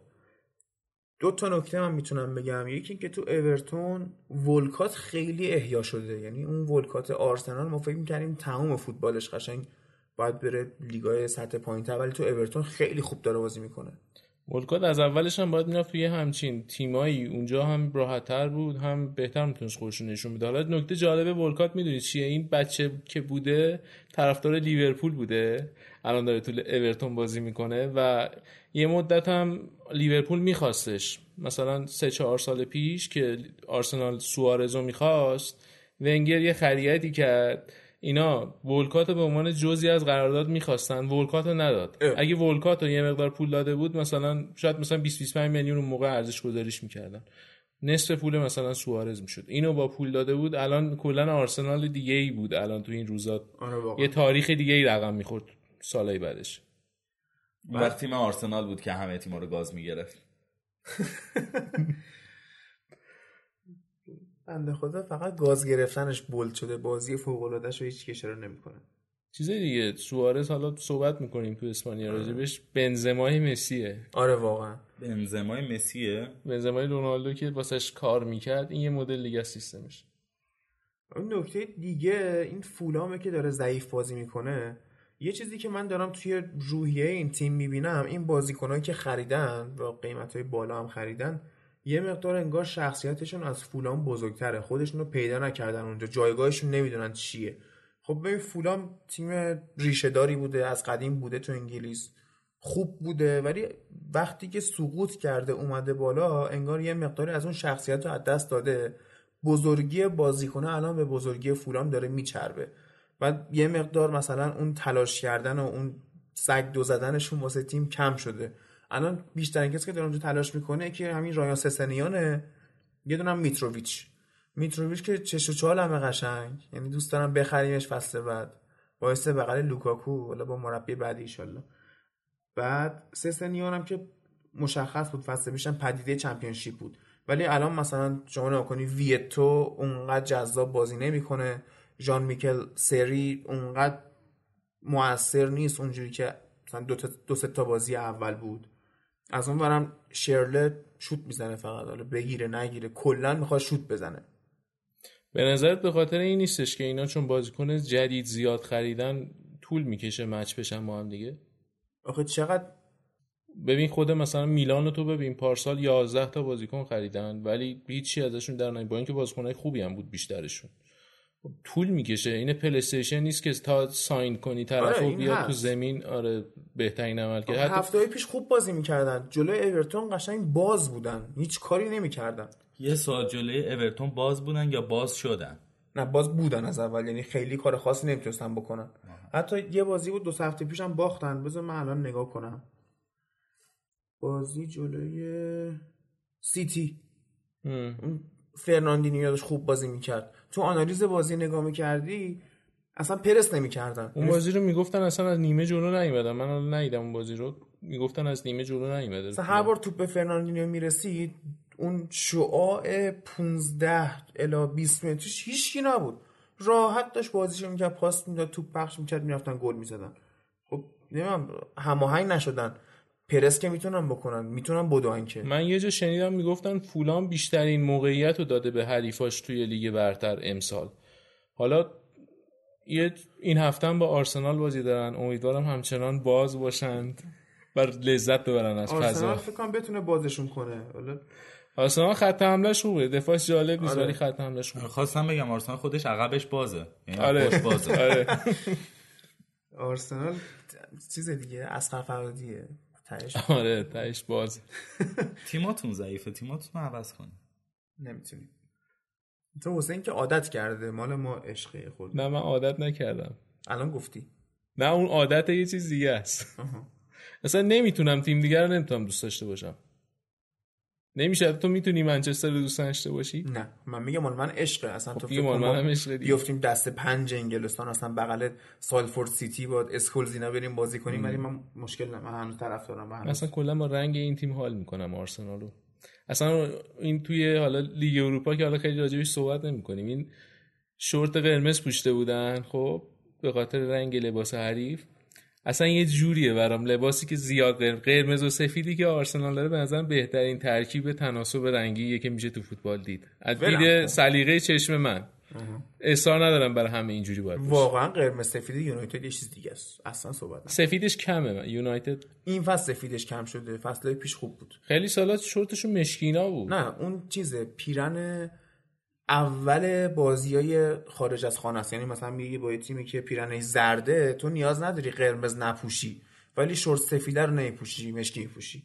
دو تا نکته من میتونم بگم، یکی این که تو اورتون ولکات خیلی احیا شده، یعنی اون ولکات آرسنال ما فکر می‌کردیم تمام فوتبالش قشنگ باید بره لیگای سطح پایین‌تر، ولی تو اورتون خیلی خوب داره بازی میکنه. ولکات از اولش هم باید میرفت توی همچین تیمایی، اونجا هم راحت‌تر بود، هم بهتر میتونست خودش رو نشون بده. حالا نکته جالب ولکات میدونید چیه؟ این بچه که بوده طرفدار لیورپول بوده، الان داره تو اورتون بازی میکنه و یه مدت هم لیورپول میخواستش، مثلا سه چهار سال پیش که آرسنال سوارزو میخواست، ونگر یه خریتی کرد، اینا ولکات به عنوان جزئی از قرارداد می‌خواستن، ولکات رو نداد. اه. اگه ولکات رو یه مقدار پول داده بود، مثلا شاید مثلا بیست بیست و پنج میلیون اون موقع ارزش گذاریش می‌کردن، نصف پول مثلا سوارز میشد. اینو با پول داده بود، الان کلا آرسنال دیگه‌ای بود، الان تو این روزا یه تاریخ دیگه‌ای رقم می‌خورد سالای بعدش. وقتی تیم آرسنال بود که همه تیم‌ها رو گاز می‌گرفت. بنده خدا فقط گاز گرفتنش بولد شده، بازی فوق‌العاده‌اش رو هیچ اشاره نمی‌کنه. چیز دیگه سوارز حالا صحبت می‌کنیم تو اسپانیا راجبش، بنزمای مسیه. آره واقعا بنزمای مسیه، بنزمای رونالدو که واسش کار می‌کرد، این یه مدل دیگه از سیستمش. اون نکته دیگه این فولامه که داره ضعیف بازی می‌کنه. یه چیزی که من دارم توی روحیه این تیم می‌بینم، این بازیکنایی که خریدن و قیمت‌های بالا هم خریدن، یه مقدار انگار شخصیتشون از فولام بزرگتره، خودشون رو پیدا نکردن اونجا، جایگاهشون نمیدونن چیه. خب ببین فولام تیم ریشه داری بوده، از قدیم بوده تو انگلیس، خوب بوده، ولی وقتی که سقوط کرده اومده بالا، انگار یه مقداری از اون شخصیت رو از دست داده. بزرگی بازیکنه الان به بزرگی فولام داره میچربه. بعد یه مقدار مثلا اون تلاش کردن و اون سگ دو زدنشون واسه تیم کم شده. الان بیشترین کسی که داره اونجا تلاش میکنه که همین رایان سسنیانه، یه دونم میتروویچ. میتروویچ که چش و چال همه قشنگ، یعنی دوست دارم بخریمش فصل بعد، باعث بغل لوکاکو ولا با مربی بعدی ان شاء الله. بعد سسنیان هم که مشخص بود فصل پیشم پدیده چمپیونشیپ بود، ولی الان مثلا شما نگاه کنی ویتو اونقدر جذاب بازی نمیکنه، ژان میکل سری اونقدر موثر نیست اونجوری که مثلا دو تا دو سه تا بازی اول بود. از اون برم شرلت شوت میزنه فقط، حالا بگیره نگیره کلا میخواد شوت بزنه. به نظرت به خاطر این نیستش که اینا چون بازیکن جدید زیاد خریدن طول میکشه مچ بشن با هم دیگه؟ آخه چقدر ببین خود مثلا میلانو تو ببین، پارسال یازده تا بازیکن خریدن ولی هیچی ازشون در نمیاد، با اینکه بازیکنای خوبی هم بود بیشترشون. طول میکشه. این پلی استیشن نیست که تا ساین کنی طرفو آره بیاد تو زمین آره بهترین عمل کرد. حتی هفته‌های پیش خوب بازی میکردن جلوی اورتون، قشنگ باز بودن، هیچ کاری نمیکردن. یه سال جلوی اورتون باز بودن یا باز شدن؟ نه باز بودن از اول، یعنی خیلی کار خاصی نمیتونستن بکنن. حتی یه بازی بود دو سه هفته پیشم باختن. بذار من الان نگاه کنم. بازی جلوی سیتی فرناندینیو یادش خوب بازی میکرد. تو آنالیز بازی نگاه میکردی اصلا پرس نمیکردن. اون بازی رو میگفتن اصلا از نیمه جلو نیومدن. من الان ندیدم اون بازی رو. میگفتن از نیمه جلو نیومده. مثلا هر بار توپ به فرناندینیو میرسید اون شعاع پانزده الی بیست متریش هیچکی نبود، راحت داشت بازیشو میکرد، پاس میداد، توپ پخش میکرد، میرفتن گل میزدن. خب نمیدونم هماهنگ نشدن. پرس که میتونن بکنن، میتونن بدون که. من یه جا شنیدم میگفتن فولان بیشترین موقعیت رو داده به حریفاش توی لیگ برتر امسال. حالا یه این هفته هم با آرسنال بازی دارن، امیدوارم همچنان باز باشند و لذت ببرن از فضا. آرسنال فکر کنم بتونه بازشون کنه. حالا آرسنال خط حملهش خوبه، دفاعش جالب نیست ولی خط حملهش خوبه. خواستم بگم آرسنال خودش عقبش بازه، یعنی آره. پشت بازه. آره. آرسنال چیز دیگه، اصغر فرهادیه تهش. آره تهش باز. تیماتون ضعیفه، تیماتون رو عوض کنید. نمیتونیم. تو حسین که عادت کرده، مال ما عشقه خود. نه من عادت نکردم. الان گفتی. نه اون عادت یه چیز دیگه است. اصلا نمیتونم تیم دیگر رو نمیتونم دوست داشته باشم. نمیشه. تو میتونی منچستر رو دوست داشته باشی؟ نه من میگم مال من عشقه. اصلا تو فکر کنم منم عشقه دیگه. بیافتیم دست پنج انگلستان، اصلا بغل سالفورد سیتی با اسکولز اینا بریم بازی کنیم، ولی من مشکل نه، من هنوز طرفدارم. من اصلا کلا با رنگ این تیم حال میکنم آرسنالو. اصلا این توی حالا لیگ اروپا که حالا خیلی راجعش صحبت نمی‌کنیم، این شورت قرمز پوشیده بودن خب به خاطر رنگ لباس حریف. اصلا یه جوریه برام لباسی که زیاد قرمز و سفیدی که آرسنال داره به نظرم بهترین ترکیب تناسب رنگیه که میشه تو فوتبال دید. از دید سلیقه چشم من اصرار ندارم برای همه اینجوری باید باشه. واقعا قرمز سفید یونایتد یه چیز دیگه است، اصلا صحبت نکنم. سفیدش کمه من یونایتد این فصل سفیدش کم شده، فصل پیش خوب بود. خیلی سالات شورتشون مشکینا بود. نه اون چیزه پیرن اول بازیای خارج از خانه است، یعنی مثلا میگی با یه تیمی که پیرنش زرده تو نیاز نداری قرمز نپوشی، ولی شورت سفیده رو نمیپوشی، مشکی میپوشی.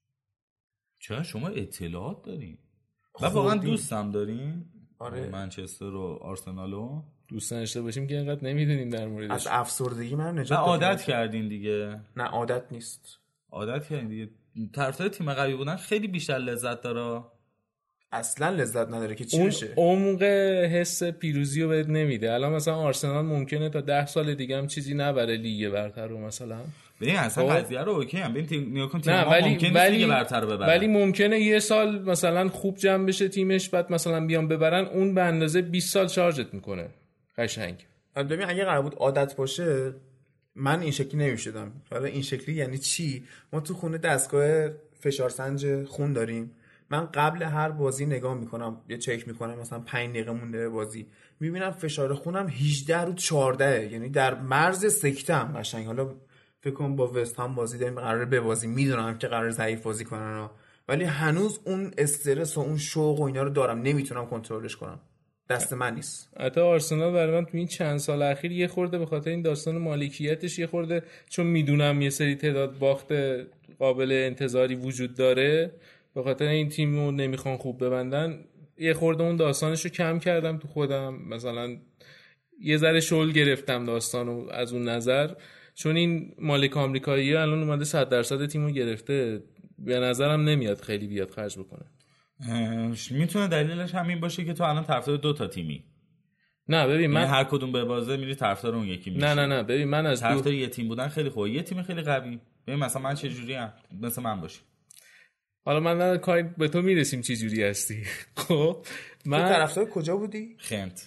چرا شما اطلاعات دارین؟ و واقعا دوستم دارین؟ آره. منچستر و آرسنالو دوست داشته باشیم که اینقدر نمیدونیم در موردش. از افسردگی من نجات نه عادت کردین دیگه. نه عادت نیست، عادت کردین دیگه. طرفدار تیم قوی بودن خیلی بیشتر لذت داره. اصلا لذت نداره که چی اون بشه. عمق حس پیروزی رو بهت نمیده. الان مثلا آرسنال ممکنه تا ده سال دیگه هم چیزی نبره لیگ برتر رو مثلا. ببین اصلا قضیه رو اوکی ام ببین تیم نیوکن تیم نه ولی ممکنه ولی لیگ برتر رو ببره. ولی ممکنه یه سال مثلا خوب جمع بشه تیمش، بعد مثلا بیان ببرن، اون به اندازه بیست سال شارژت میکنه قشنگ. ببین اگه قرار بود عادت باشه من این شکلی نمیشدم. حالا این شکلی یعنی چی؟ ما تو خونه دستگاه فشار سنج خون داریم. من قبل هر بازی نگاه میکنم، یه چک میکنم، مثلا پنج دقیقه مونده به بازی، میبینم فشار خونم هجده رو چهارده، یعنی در مرز سکتم قشنگ. حالا فکر کنم با وست هم بازی داریم، قراره ببازیم، میدونم که قراره ضعیف بازی کنن، ولی هنوز اون استرس و اون شوق و اینا رو دارم، نمیتونم کنترلش کنم، دست من نیست. حتی آرسنال برای من تو این چند سال اخیر یه خورده به خاطر این داستان مالکیتش یه خورده، چون میدونم یه سری تعداد باخت قابل انتظاری وجود داره، به خاطر این تیم رو نمیخوان خوب ببندن، یه خورده اون داستانش رو کم کردم تو خودم. مثلا یه ذره شل گرفتم داستانو از اون نظر، چون این مالک آمریکایی الان اومده صد درصد تیمو گرفته، به نظرم نمیاد خیلی بیاد خرج بکنه. میتونه دلیلش همین باشه که تو الان طرفدار دو تا تیمی. نه ببین من هر کدوم به بازه میری طرفدار اون یکی میشی. نه نه نه ببین من از طرفدار دو... یه تیم بودن خیلی خوبه، یه تیم خیلی قوی. ببین مثلا من چه جوری ام، مثلا من باشه. حالا من نه کاری به تو میرسیم چه جوری هستی. خب من تو طرفدار کجا بودی؟ خنت.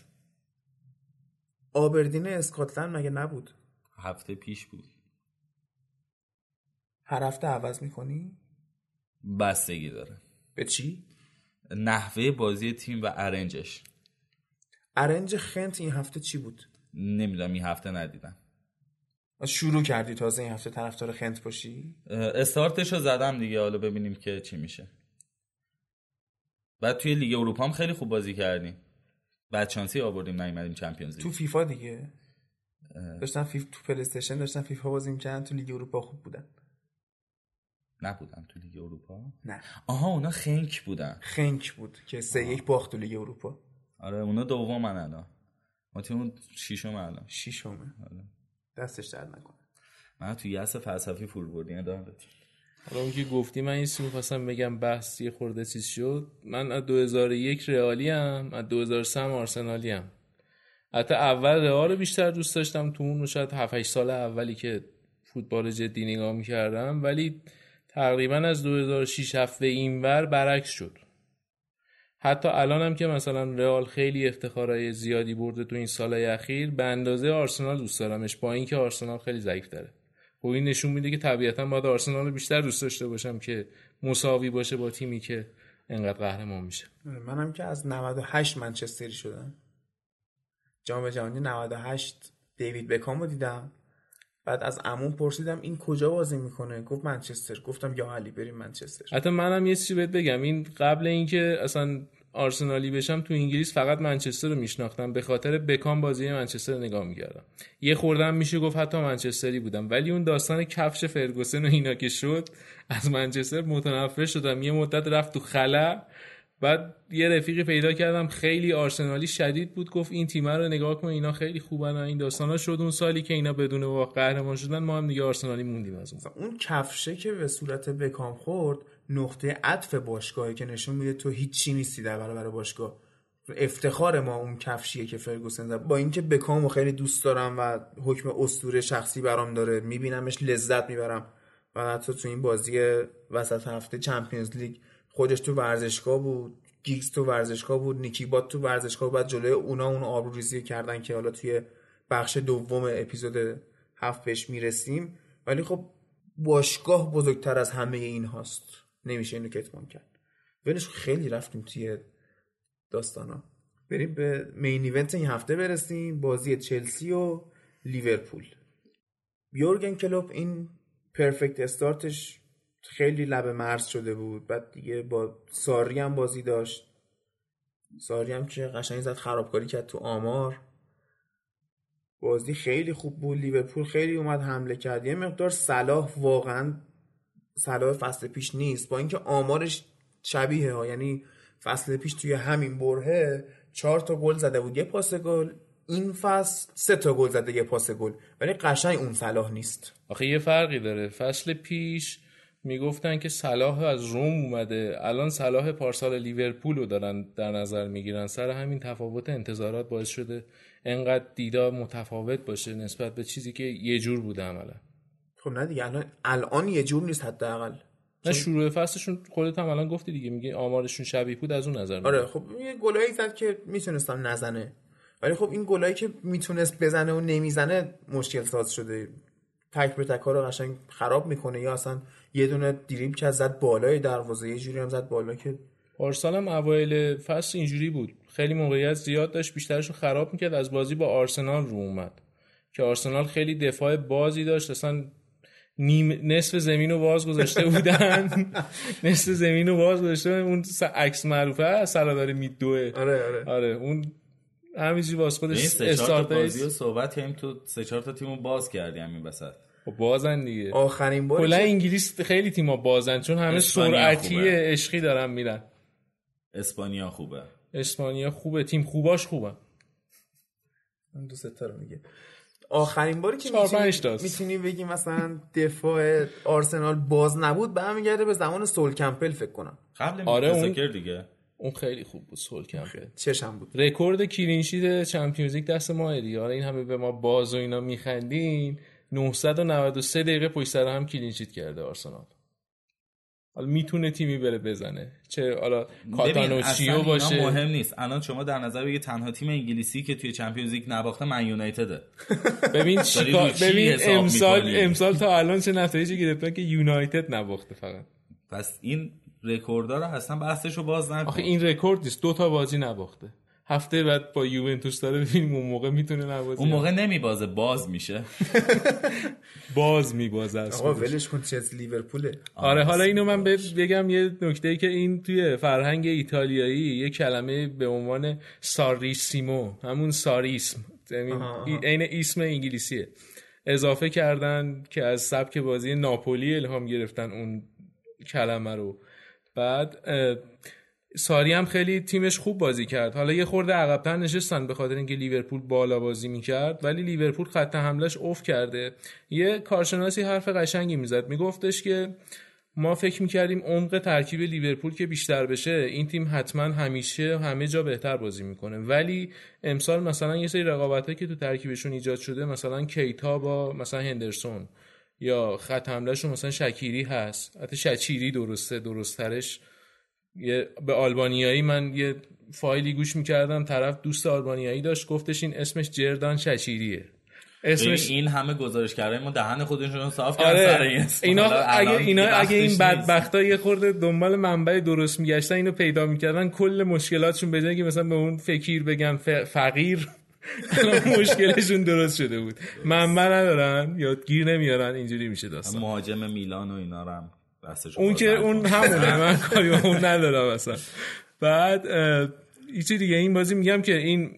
آبردین اسکاتلند مگه نبود؟ هفته پیش بود. هر هفته عوض میکنی؟ بستگی داره. به چی؟ نحوه بازی تیم و ارنجش. ارنج خنت این هفته چی بود؟ نمیدونم، این هفته ندیدم. شروع کردی تازه این هفته طرفدار خنت باشی؟ استارتشو زدم دیگه، حالا ببینیم که چی میشه. بعد توی لیگ اروپا هم خیلی خوب بازی کردیم. بچانسی آوردیم نیومدیم چمپیونز لیگ. تو فیفا دیگه داشتن فیفا، تو پلی استیشن داشتن فیفا بازی می‌کردن، تو لیگ اروپا خوب بودن. نبودن تو لیگ اروپا؟ نه. آها اونا خنک بودن. خنک بود که سه یک باخت تو لیگ اروپا. آره اونا دومن الان. ما تیم ششم الان. ششمه. آره. دستش درد نکنه. من تو یاس فلسفی فول بردین ادامه. حالا اون که گفتی من این سیمو خواستم بگم بحث یه خورده چیز شد. من از دو هزار و یک رئالی ام، از دو هزار و سه آرسنالی ام. حتی اول رئال رو بیشتر دوست داشتم، تو اون شاید هفت هشت سال اولی که فوتبال جدی نگاه می‌کردم، ولی تقریبا از دو هزار و شش هفت به اینور برعکس شد. حتی الانم که مثلا رئال خیلی افتخارای زیادی برده تو این سالهای اخیر، به اندازه آرسنال دوست دارمش، با اینکه آرسنال خیلی ضعیف تره. خب این نشون میده که طبیعتا باید آرسنال رو بیشتر دوست داشته باشم که مساوی باشه با تیمی که انقدر قهرمان میشه. منم که از نود و هشت منچستری شدم. جام جهانی نود و هشت دیوید بکام رو دیدم، بعد از عموم پرسیدم این کجا بازی میکنه، گفت منچستر. گفتم یا علی بریم منچستر. حتی منم یه چیزی بهت بگم، این قبل اینکه اصلا آرسنالی بشم تو انگلیس فقط منچستر رو میشناختم، به خاطر بکام بازی منچستر رو نگاه میکردم. یه خوردم میشه گفت حتی منچستری بودم، ولی اون داستان کفش فرگوسن و اینا که شد از منچستر متنفر شدم. یه مدت رفت تو خلا، بعد یه رفیقی پیدا کردم خیلی آرسنالی شدید بود، گفت این تیم رو نگاه کن اینا خیلی خوبن. این داستانا شد اون سالی که اینا بدون واقع قهرمان شدن، ما هم دیگه آرسنالی موندیم. از اون اون کفشه که به صورت بکام خورد نقطه عطف باشگاهی که نشون میده تو هیچی نیستی در برابر باشگاه. افتخار ما اون کفشیه که فرگوسن زد. با اینکه بکامو خیلی دوست دارم و حکم اسطوره شخصی برام داره، میبینمش لذت میبرم و حتی تو این بازی وسط هفته چمپیونز لیگ خودش تو ورزشگاه بود، گیگز تو ورزشگاه بود، نیکی بات تو ورزشگاه، بعد جلوی اونا اون آبروریزی کردن که حالا توی بخش دوم اپیزود هفت بهش میرسیم. ولی خب باشگاه بزرگتر از همه این هاست، نمیشه اینو کتمان کرد. ولش خیلی رفتیم توی داستانا. بریم به مین ایونت این هفته برسیم، بازی چلسی و لیورپول. یورگن کلوپ این پرفکت استارتش خیلی لب مرز شده بود، بعد دیگه با ساری هم بازی داشت، ساری هم که قشنگ زد خرابکاری کرد تو آمار. بازی خیلی خوب بود، لیورپول خیلی اومد حمله کرد. یه مقدار صلاح واقعا صلاح فصل پیش نیست، با اینکه آمارش شبیه ها، یعنی فصل پیش توی همین برهه چهار تا گل زده بود یه پاس گل، این فصل سه تا گل زده یه پاس گل، ولی قشنگ اون صلاح نیست. آخه یه فرقی داره، فصل پیش میگفتن که صلاح از روم اومده، الان صلاح پارسال لیورپول رو دارن در نظر میگیرن. سر همین تفاوت انتظارات باعث شده انقدر دیدا متفاوت باشه نسبت به چیزی که یه جور بوده عملا. خب نه دیگه الان الان یه جور نیست حداقل. نه شروع فصلشون خودت هم الان گفتی دیگه، میگه آمارشون شبیه بود از اون نظر میگه. آره خب یه گلایی زد که میتونستم نزنه، ولی خب این گلایی که میتونست بزنه و نمیزنه مشکل ساز شده. تک به تک ها رو قشنگ خراب میکنه، یا اصلا یه دونه دریبل که زد بالای دروازه، یه جوری هم زد بالا که پارسال هم اوایل فصل اینجوری بود، خیلی موقعیت زیاد داشت، بیشترشو خراب میکرد. از بازی با آرسنال رو اومد که آرسنال خیلی دفاع بازی داشت، اصلا نیم نصف زمین رو باز گذاشته بودن نصف زمین رو باز گذاشته بودن. اون عکس معروفه سلا داره میدوه. آره آره آره اون همینجوری باز خودش استارت بازی و صحبت کردیم تو سه چهار تا تیمو باز کردیم همین وسط. بازن دیگه. آخرین بار کلا انگلیس خیلی تیم‌ها بازن چون همه سرعتی عشقی دارن میرن. اسپانیا خوبه. اسپانیا خوبه، تیم خوباش خوبه. من دو سه تا رو میگه. آخرین باری که میتونی میتونی بگی مثلا دفاع آرسنال باز نبود برمیگرده به زمان سول کمپل فکر کنم. قبل آره اون دیگه. اون خیلی خوب بود سول کمپل. چشم بود. رکورد کلین شیت چمپیونز لیگ دست ما دیگه. آره این همه به ما باز و اینا میخندین، نهصد و نود و سه دقیقه پشت سر هم کلین شیت کرده آرسنال. حالا میتونه تیمی بره بزنه، چه حالا کاتانوچیو باشه مهم نیست. الان شما در نظر بگید تنها تیم انگلیسی که توی چمپیونز لیگ نباخته من یونایتده. ببین چیکار ببین امسال امسال تا الان چه نتایجی گرفتن که یونایتد نباخته فقط. پس این رکوردها رو اصلا بحثشو باز نکن. آخه این رکورد نیست، دو تا بازی نباخته. هفته بعد با یوونتوس داره، ببینیم اون موقع میتونه نبازه. اون موقع نمیبازه، باز میشه. باز میبازه. آقا ولش کن، چه لیورپوله. آره حالا اینو من بگم یه نکته‌ای که این توی فرهنگ ایتالیایی یه کلمه به عنوان ساریسیمو، همون ساریسم، یعنی عین اسم انگلیسیه، اضافه کردن که از سبک بازی ناپولی الهام گرفتن اون کلمه رو. بعد ساری هم خیلی تیمش خوب بازی کرد. حالا یه خورده عقب‌تر نشستن به خاطر اینکه لیورپول بالا بازی میکرد، ولی لیورپول خط حملهش افت کرده. یه کارشناسی حرف قشنگی میزد، میگفتش که ما فکر میکردیم عمق ترکیب لیورپول که بیشتر بشه این تیم حتما همیشه همه جا بهتر بازی میکنه، ولی امسال مثلا یه سری رقابتایی که تو ترکیبشون ایجاد شده، مثلا کیتا با مثلا هندرسون، یا خط حملهشون مثلا شکیری هست، حتی شچیری درسته درست‌ترش. یه به آلبانیایی من یه فایلی گوش میکردم، طرف دوست آلبانیایی داشت، گفتش این اسمش جردان شچیریه. اسمش این همه گزارش کرده ما دهن خودشون صاف کردن آره. سر این اسم. اینا اگه اینا اگه این بدبختا یه خورده دنبال منبع درست میگشتن، اینو پیدا میکردن، کل مشکلاتشون به جای که مثلا به اون فقیر بگن فقیر مشکلشون درست شده بود. منبع ندارن یا گیر نمیارن، اینجوری میشه داستان. مهاجم میلان و اینا رو هم اون که اون همونه، من کاری با اون ندارم اصلا. بعد یه چیز دیگه این بازی میگم که این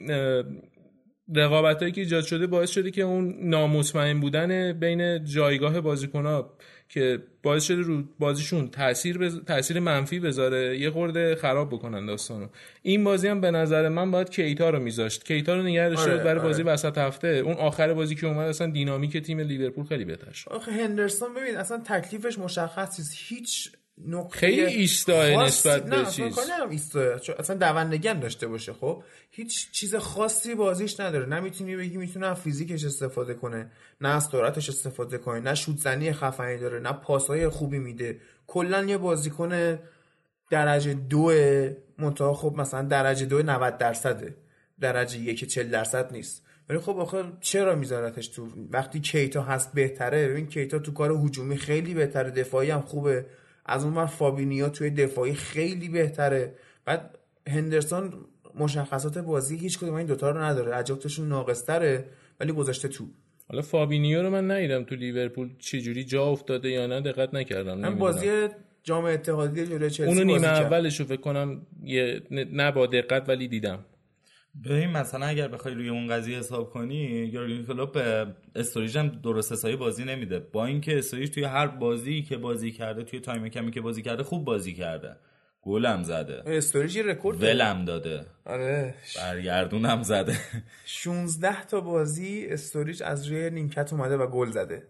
رقابتایی که ایجاد شده باعث شده که اون نامطمئن بودن بین جایگاه بازیکن‌ها که باعث شده رو بازیشون تاثیر بز... تاثیر منفی بذاره، یه خورده خراب بکنن داستانو. این بازی هم به نظر من باید کیتا رو میذاشت، کیتا رو نگه داشت برای آره. بازی وسط هفته. اون آخر بازی که اومد اصلا دینامیک تیم لیورپول خیلی بهتر شد. آخه هندرسون ببین اصلا تکلیفش مشخص نیست، هیچ نقطه خیلی ایستای نسبت به چیز. نه اصلا ایستای، اصلا دوندگی هم داشته باشه، خب هیچ چیز خاصی بازیش نداره. نمیتونی بگی میتونه از فیزیکش استفاده کنه، نه از سرعتش استفاده کنه، نه شوت زنی خفنی داره، نه پاسای خوبی میده. کلا یه بازیکن درجه دو منتها، خب مثلا درجه دو نود درصده، درجه یک چهل درصد نیست. ولی خب آخه چرا میذارتش تو وقتی کیتا هست بهتره؟ ببین کیتا تو کار هجومی خیلی بهتره، دفاعی هم خوبه، از اون ور فابینیو توی دفاعی خیلی بهتره. بعد هندرسون مشخصات بازی هیچ کدوم این دوتا رو نداره، عجبتشون ناقص‌تره ولی گذاشته تو. حالا فابینیو رو من ندیدم تو لیورپول چه جوری جا افتاده یا نه، دقت نکردم. من بازی جام اتحادیه جلوی چلسی اونو نیمه اولشو فکر کنم یه نه با دقت ولی دیدم. ببین مثلا اگر بخوای روی اون قضیه حساب کنی، یورگن کلوپ استوریج هم درست حسابی بازی نمیده، با اینکه استوریج توی هر بازی که بازی کرده، توی تایم کمی که بازی کرده خوب بازی کرده، گلم زده، استوریج رکورد ولم داده، آره برگردونم زده. شانزده تا بازی استوریج از روی نیمکت اومده و گل زده.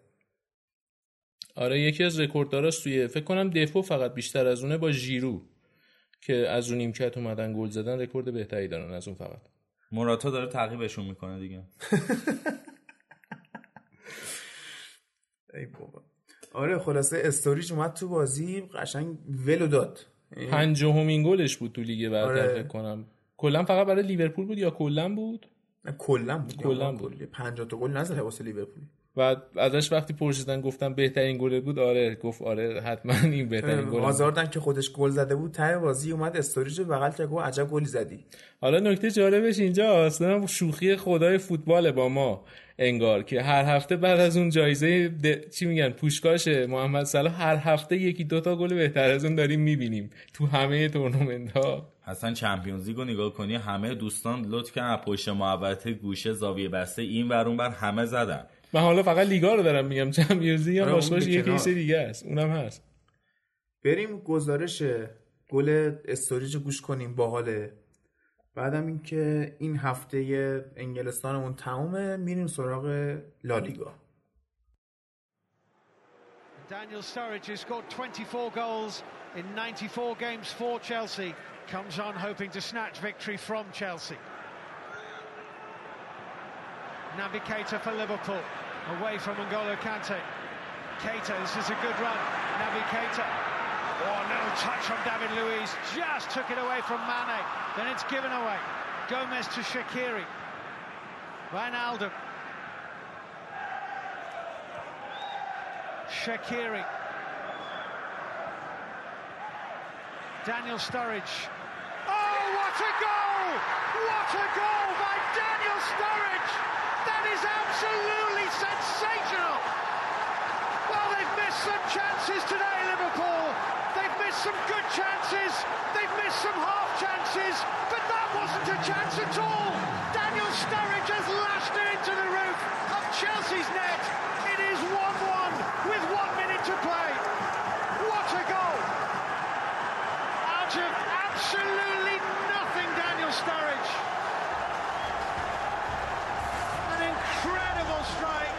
آره یکی از رکوردداراش توی فکر کنم دفاع فقط بیشتر از اونه با ژیرو که از رو نیمکت اومدن گل زدن، رکورد بهتری دارن از اون. فقط موراتا داره تعقیبشون میکنه دیگه. ای بابا. آره خلاصه استوریج اومد تو بازی قشنگ ولو داد. پنجمین گلش بود تو لیگ برتر آره. فکر کنم کلا فقط برای لیورپول بود یا کلا بود؟ کلا بود. کلا بود. پنجاه تا گل نزد واسه لیورپول. و ازش وقتی پرسیدن گفتم بهترین گل بود، آره گفت آره حتما این بهترین گل. آزاردن که خودش گل زده بود ته بازی اومد استوریج بغل کرد گفت عجب گلی زدی. حالا نکته جالبش اینجاست، نه شوخی خدای فوتبال با ما انگار که هر هفته بعد از اون جایزه د... چی میگن پوشکاش محمد صلاح، هر هفته یکی دوتا گل بهتر از اون داریم میبینیم تو همه تورنمنت‌ها. اصلا چمپیونز لیگ رو نگاه کنی، همه دوستان لطف کردن پشت محوطه گوشه زاویه بسته این ور اون ور همه زدن. من حالا فقط لیگا رو دارم میگم، چمپیونز لیگ هم باشش یکی چیز دیگه است، اونم هست. بریم گزارش گل استوریج گوش کنیم باحاله. بعدم اینکه این هفته انگلستانمون تمومه، میریم سراغ لالیگا. Daniel Sturridge, who scored twenty-four goals in ninety-four games for Chelsea, comes on hoping to snatch victory from Chelsea. Naby Keita for Liverpool, away from N'Golo Kante. Keita, this is a good run. Naby Keita. Oh, little touch from David Luiz, just took it away from Mane. Then it's given away. Gomez to Shaqiri. Wijnaldum. Shaqiri. Daniel Sturridge. Oh, what What a goal! What a goal by Daniel Sturridge! That is absolutely sensational! Well, they've missed some chances today, Liverpool. They've missed some good chances. They've missed some half chances. But that wasn't a chance at all. Daniel Sturridge has lashed it into the roof of Chelsea's net. It is one one with one minute to play. What a goal! Out of absolutely nothing, Daniel Sturridge. An incredible strike.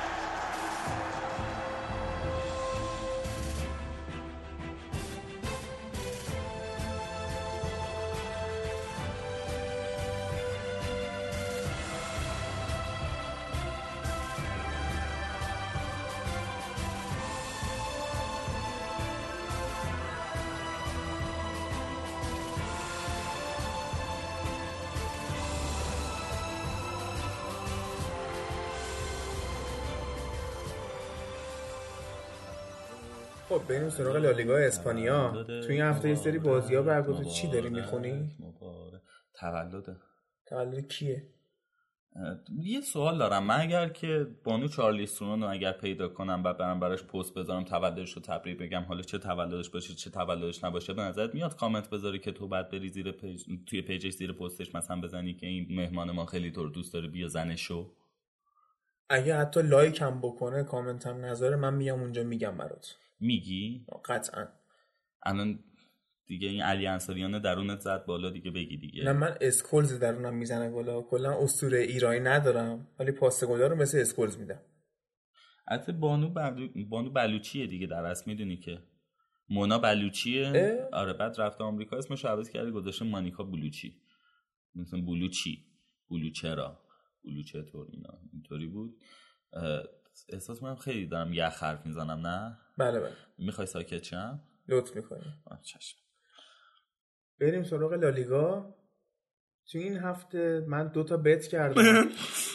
خب بریم سراغ لالیگا اسپانیا. تو این هفته یه سری بازی‌ها برگزار. چی داری میخونی؟ تولد تولد کیه؟ یه سوال دارم. من اگر که بانو چارلیستون رو اگر پیدا کنم و برام براش پست بذارم تولدش رو تبریک بگم، حالا چه تولدش باشه چه تولدش نباشه، به نظرت میاد کامنت بذاری که تو بعد بری زیر پیج توی پیجش زیر پستش مثلا بزنی که این مهمان ما خیلی تو رو دوست داره بیا زنشو؟ اگه حتی لایک هم بکنه کامنت هم نذاره من میام اونجا میگم برات. میگی؟ قطعا. الان دیگه این علی انصاریان درونت زد بالا دیگه، بگی دیگه. نه من اسکولز درونم میزنه بالا. کلا اسطوره ایرانی ندارم ولی پاس گل‌ها رو مثل اسکولز میدم. البته بانو بلو... بانو بلوچیه دیگه در اصل میدونی که مونا بلوچیه. آره بعد رفته آمریکا اسمش رو عوض کرده گذاشته مانیکا بلوچی. مثلا بلوچی بلوچرا بلوچه طور اینا اینطوری بود. احساس میکنم خیلی دارم یخ حرف میزنم. نه بله بله. میخوای ساکت شم؟ لطف میکنی. چشم. بریم سراغ لالیگا. تو این هفته من دو تا بت کردم.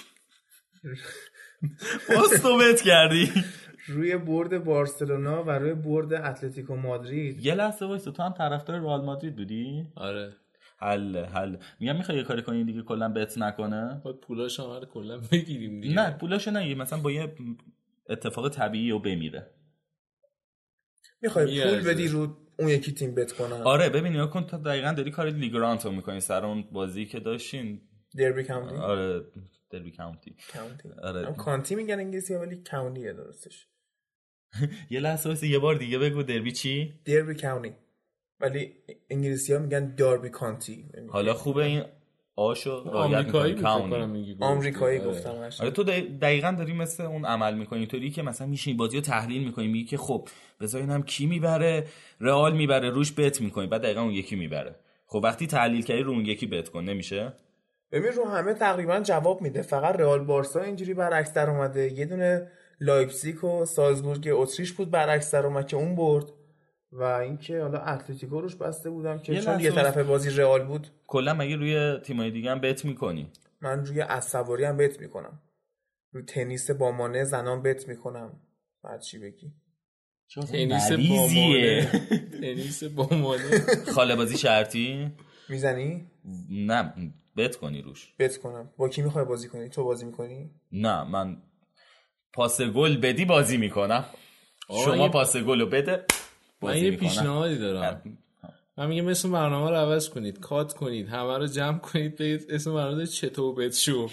باز تو بت کردی؟ روی برد بارسلونا و روی برد اتلتیکو مادرید. یه لحظه وایس، تو هم طرفدار رئال مادرید بودی؟ آره. حل حل میگم میخوای یه کاری کنی دیگه کلا بت نکنه. بعد پولاش هم رو کلا بگیریم دیگه. نه پولاشو نگیر، مثلا با یه اتفاق طبیعی و بمیره. میخوای پول بدی رو اون یکی تیم بت کنن. آره ببین یا کن تا دقیقاً داری کار لیگرانتو میکنی سر اون بازی که داشتین دربی کاونتی. آره دربی کاونتی. کاونتی. آره کانتی میگن انگلیسی ولی کاونتیه درستش. یه لحظه واسه یه بار دیگه بگو دربی چی؟ دربی کاونتی. ولی انگلیسی‌ها میگن داربی کانتی. حالا خوبه این آشو آمریکایی میگی. آمریکایی گفتم قشنگ. آره تو دقیقاً داری مثل اون عمل میکنی، اینطوری که مثلا میشین بازیو تحلیل میکنی میگی که خب بذار اینم کی میبره، رئال میبره، روش بت میکنی، بعد دقیقاً اون یکی میبره. خب وقتی تحلیل کردی رو اون یکی بت کن نمیشه؟ ببین رو همه تقریبا جواب میده، فقط رئال بارسا اینجوری برعکس در اومده. یه دونه لایپزیگ و سالزبورگ اتریش بود برعکس در اومد که اون برد و اینکه حالا اتلتیکو روش بسته بودم که چون یه طرف بازی رئال بود. کلا مگه روی تیمای دیگه هم بت میکنی؟ من روی اسواری هم بت میکنم، روی تنیس با مانع زنان بت میکنم. بعد چی بگی؟ تنیس با مانع. تنیس با مانع. خاله بازی شرطی میزنی؟ نه بت کنی روش. بت کنم. با کی میخوای بازی کنی؟ تو بازی میکنی؟ نه من پاس گل بدی بازی میکنم. شما پاس گلو بده من یه پیشنهادی دارم. من میگم اسم برنامه رو عوض کنید، کات کنید، همه رو جمع کنید، بگید اسم برنامه چطور بت شو.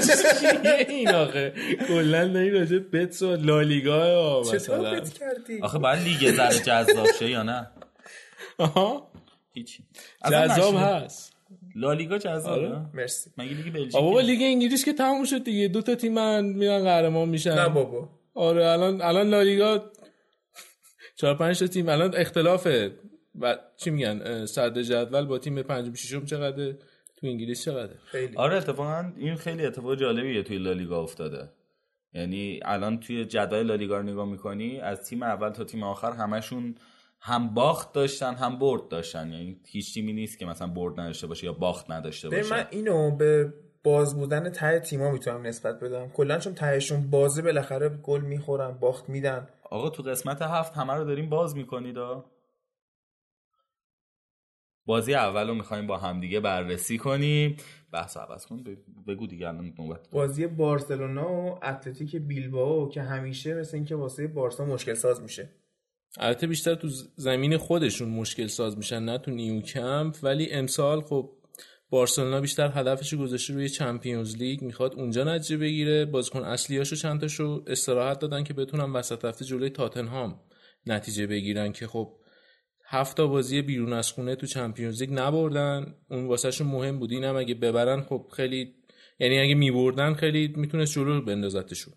این آخه کلا داری راجع بت و لالیگا مثلا چطور بت کردی؟ آخه باید لیگ ذره جذاب شه یا نه؟ آها هیچی جذاب هست. لالیگا جذابه. مرسی. مگه لیگ بلژیک؟ بابا لیگ انگلیس که تموم شد دیگه، دو تا تیم من میرن قهرمان میشن. نه بابا. آره الان الان لالیگا چهار پنج تا تیم الان اختلافه و چی میگن صدر جدول با تیم پنجم ششم چقدر تو انگلیس چقدر؟ خیلی. آره اتفاقا این خیلی اتفاق جالبیه توی لالیگا افتاده. یعنی الان توی جدول لالیگا رو نگاه میکنی از تیم اول تا تیم آخر همشون هم باخت داشتن هم برد داشتن. یعنی هیچ تیمی نیست که مثلا برد نداشته باشه یا باخت نداشته باشه. من اینو به باز بودن ته تیما میتونم نسبت بدم. کلا چون تهشون بازه بالاخره گل میخورن، باخت میدن. آقا تو قسمت هفت همه رو داریم باز میکنید ها. بازی اولو میخوایم با همدیگه بررسی کنیم. بحث عوض کن بگو دیگه الان نوبت. بازی بارسلونا و اتلتیک بیلبائو که همیشه مثل اینکه واسه بارسا مشکل ساز میشه. البته بیشتر تو زمین خودشون مشکل ساز میشن نه تو نیوکمپ، ولی امسال خب بارسلونا بیشتر هدفش گذاشته روی چمپیونز لیگ، میخواد اونجا نتیجه بگیره. بازیکن اصلیاشو چند تاشو استراحت دادن که بتونن وسط هفته جلوی تاتنهام نتیجه بگیرن که خب هفت تا بازی بیرون از خونه تو چمپیونز لیگ نبردن. اون واسهشون مهم بود، اینم اگه ببرن خب خیلی، یعنی اگه میبردن خیلی میتونست جلو بندازتشون.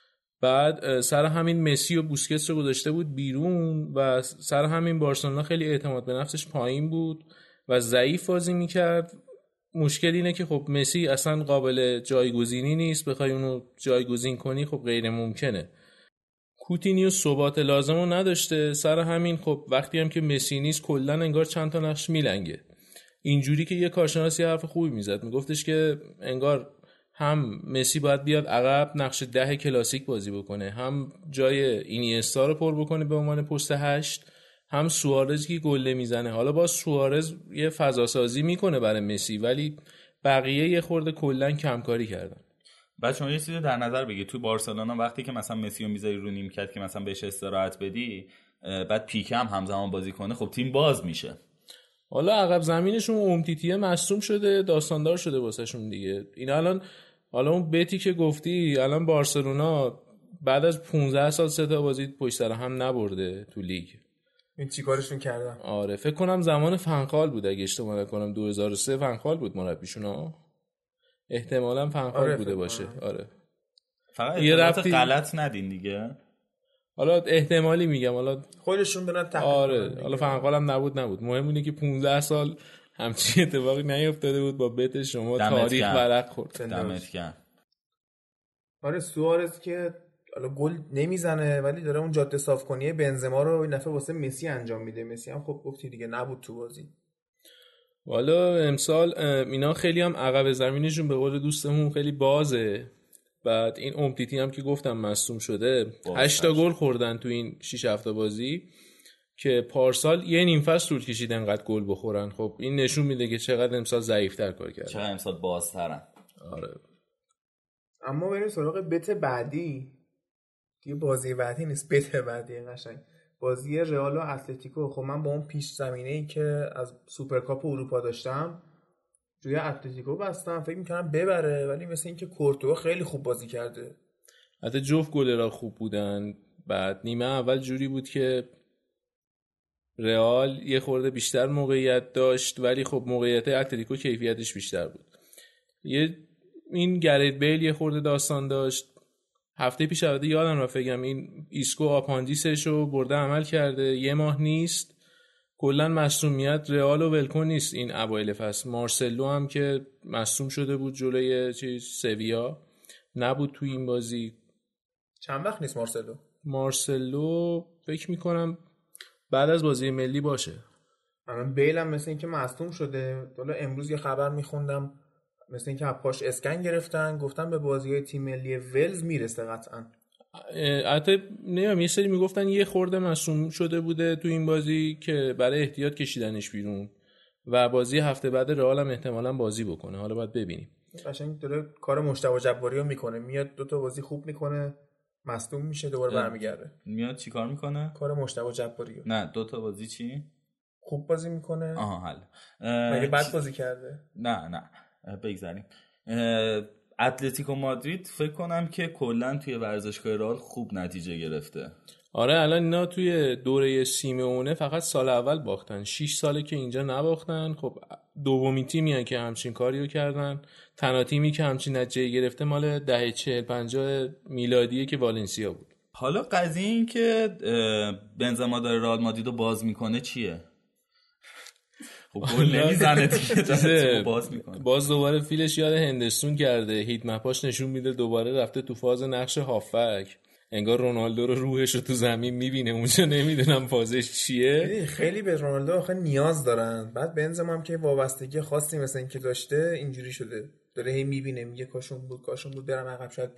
بعد سر همین مسی و بوسکتس رو گذاشته بود بیرون و سر همین بارسلونا خیلی اعتماد به نفسش پایین بود و ضعیف بازی میکرد. مشکل اینه که خب مسی اصلا قابل جایگزینی نیست، بخوای اونو جایگزین کنی خب غیر ممکنه. کوتینیو ثبات لازمو نداشته، سر همین خب وقتی هم که مسی نیست کلا انگار چند تا نقش میلنگه. اینجوری که یه کارشناسی حرف خوبی میزد، میگفتش که انگار هم مسی باید بیاد عقب نقش ده کلاسیک بازی بکنه، هم جای اینیستا رو پر بکنه به عنوان پست هشت، هم سوارز که گل نمیزنه. حالا با سوارز یه فضا سازی میکنه برای مسی، ولی بقیه یه خورده کلا کمکاری کردن. بعد شما یه چیزی در نظر بگید، تو بارسلونا وقتی که مثلا مسی رو میذاری رو نیمکت که مثلا بهش استراحت بدی، بعد پیکه هم همزمان بازی کنه، خب تیم باز میشه. حالا عقب زمینشون اومتیتیه مصدوم شده، داستاندار شده واسهشون دیگه. این الان حالا اون بتی که گفتی، الان بارسلونا بعد از پانزده سال سه تا بازی پشت سر هم نبرده تو لیگ. این چیکارشون کردن؟ آره فکر کنم زمان فنخال بود اگه اشتباه نکنم، دو هزار و سه فنخال بود مربیشون ها. احتمالاً فنخال آره بوده باشه. آره فقط یه رفتی غلط ندین دیگه. حالا احتمالی میگم، حالا خودشون برن تحقیق. آره حالا فنخال هم نبود نبود مهم اینه که پانزده سال همچین اتفاقی نیفتاده بود با بت شما تاریخ ورق خورد. دمت گرم. آره سوارز که حالا گل نمیزنه ولی داره اون جاده صاف کنی بنزما رو این دفعه واسه مسی انجام میده. مسی هم خب گفتی دیگه نبود تو بازی. والا امسال اینا خیلی هم عقب زمینشون به قول دوستمون خیلی بازه. بعد این امتیتی هم که گفتم مصدوم شده، هشت تا گل خوردن تو این شش هفته بازی که پارسال یه نیم فصل طول کشید انقدر گل بخورن. خب این نشون میده که چقدر امسال ضعیف‌تر کار کردن، چقدر امسال بازترن. آره اما بریم سراغ بت بعدی. دیگه بازی بعدی نیست، بت بعدی قشنگ بازی رئال و اتلتیکو. خب من با اون پیش زمینه‌ای که از سوپرکاپ اروپا داشتم روی اتلتیکو بستم، فکر می‌کردم ببره، ولی مثل اینکه کورتوا خیلی خوب بازی کرده. حتی جفت گلرها خوب بودن. بعد نیمه اول جوری بود که رئال یه خورده بیشتر موقعیت داشت، ولی خب موقعیت اتلتیکو کیفیتش بیشتر بود. یه این گرت بیل یه خورده داستان داشت. هفته پیش البته یادم رفت بگم این ایسکو آپاندیسشو برده عمل کرده، یه ماه نیست. کلا مصونیت رئال و ولکن نیست این اوایل فصل. مارسلو هم که مصون شده بود جلوی چیز سویا نبود تو این بازی. چند وقت نیست مارسلو؟ مارسلو فکر میکنم بعد از بازی ملی باشه. من بیل هم مثل اینکه مصدوم شده. حالا امروز یه خبر میخوندم مثل اینکه پاش اسکن گرفتن، گفتن به بازی‌های تیم ملی ولز میرسه قطعاً. البته نمیدونم یه سری میگفتن یه خورده مصدوم شده بوده تو این بازی که برای احتیاط کشیدنش بیرون و بازی هفته بعد رئال هم احتمالاً بازی بکنه. حالا باید ببینیم. قشنگ داره کار مجتبی جباری رو میکنه، میاد دو تا بازی خوب میکنه مصدوم میشه دوباره برمیگرده. میاد چیکار میکنه؟ کار مجتبی جباری. نه دو تا بازی چی؟ خوب بازی میکنه. آها حل. مگه بد بازی کرده؟ نه نه بگذاریم. اتلتیکو مادرید فکر کنم که کلا توی ورزشگاه رئال خوب نتیجه گرفته. آره الان اینا توی دوره سیمئونه فقط سال اول باختن، شش ساله که اینجا نباختن. خب دومی تیمی که همچین کاریو کردن. تنها تیمی که همچین نتیجه گرفته مال دهه چهل پنجاه میلادیه که والنسیا بود. حالا قضیه این که بنزما داره رئال مادرید رو باز میکنه چیه؟ خب گل نمیزنه دیگه، باز میکنه. باز دوباره فیلش یاد هندستون کرده، هیت مپاش نشون میده دوباره رفته تو فاز نقش هافک. انگار رونالدو رو روحش رو تو زمین میبینه اونجا، نمیدونم فازش چیه. خیلی به رونالدو آخه نیاز دارن. بعد بنزما هم که وابستگی خاصی مثلا اینکه داشته اینجوری شده، داره هی میبینه میگه کاشون بود کاشون بود برم عقب شاید بیاد.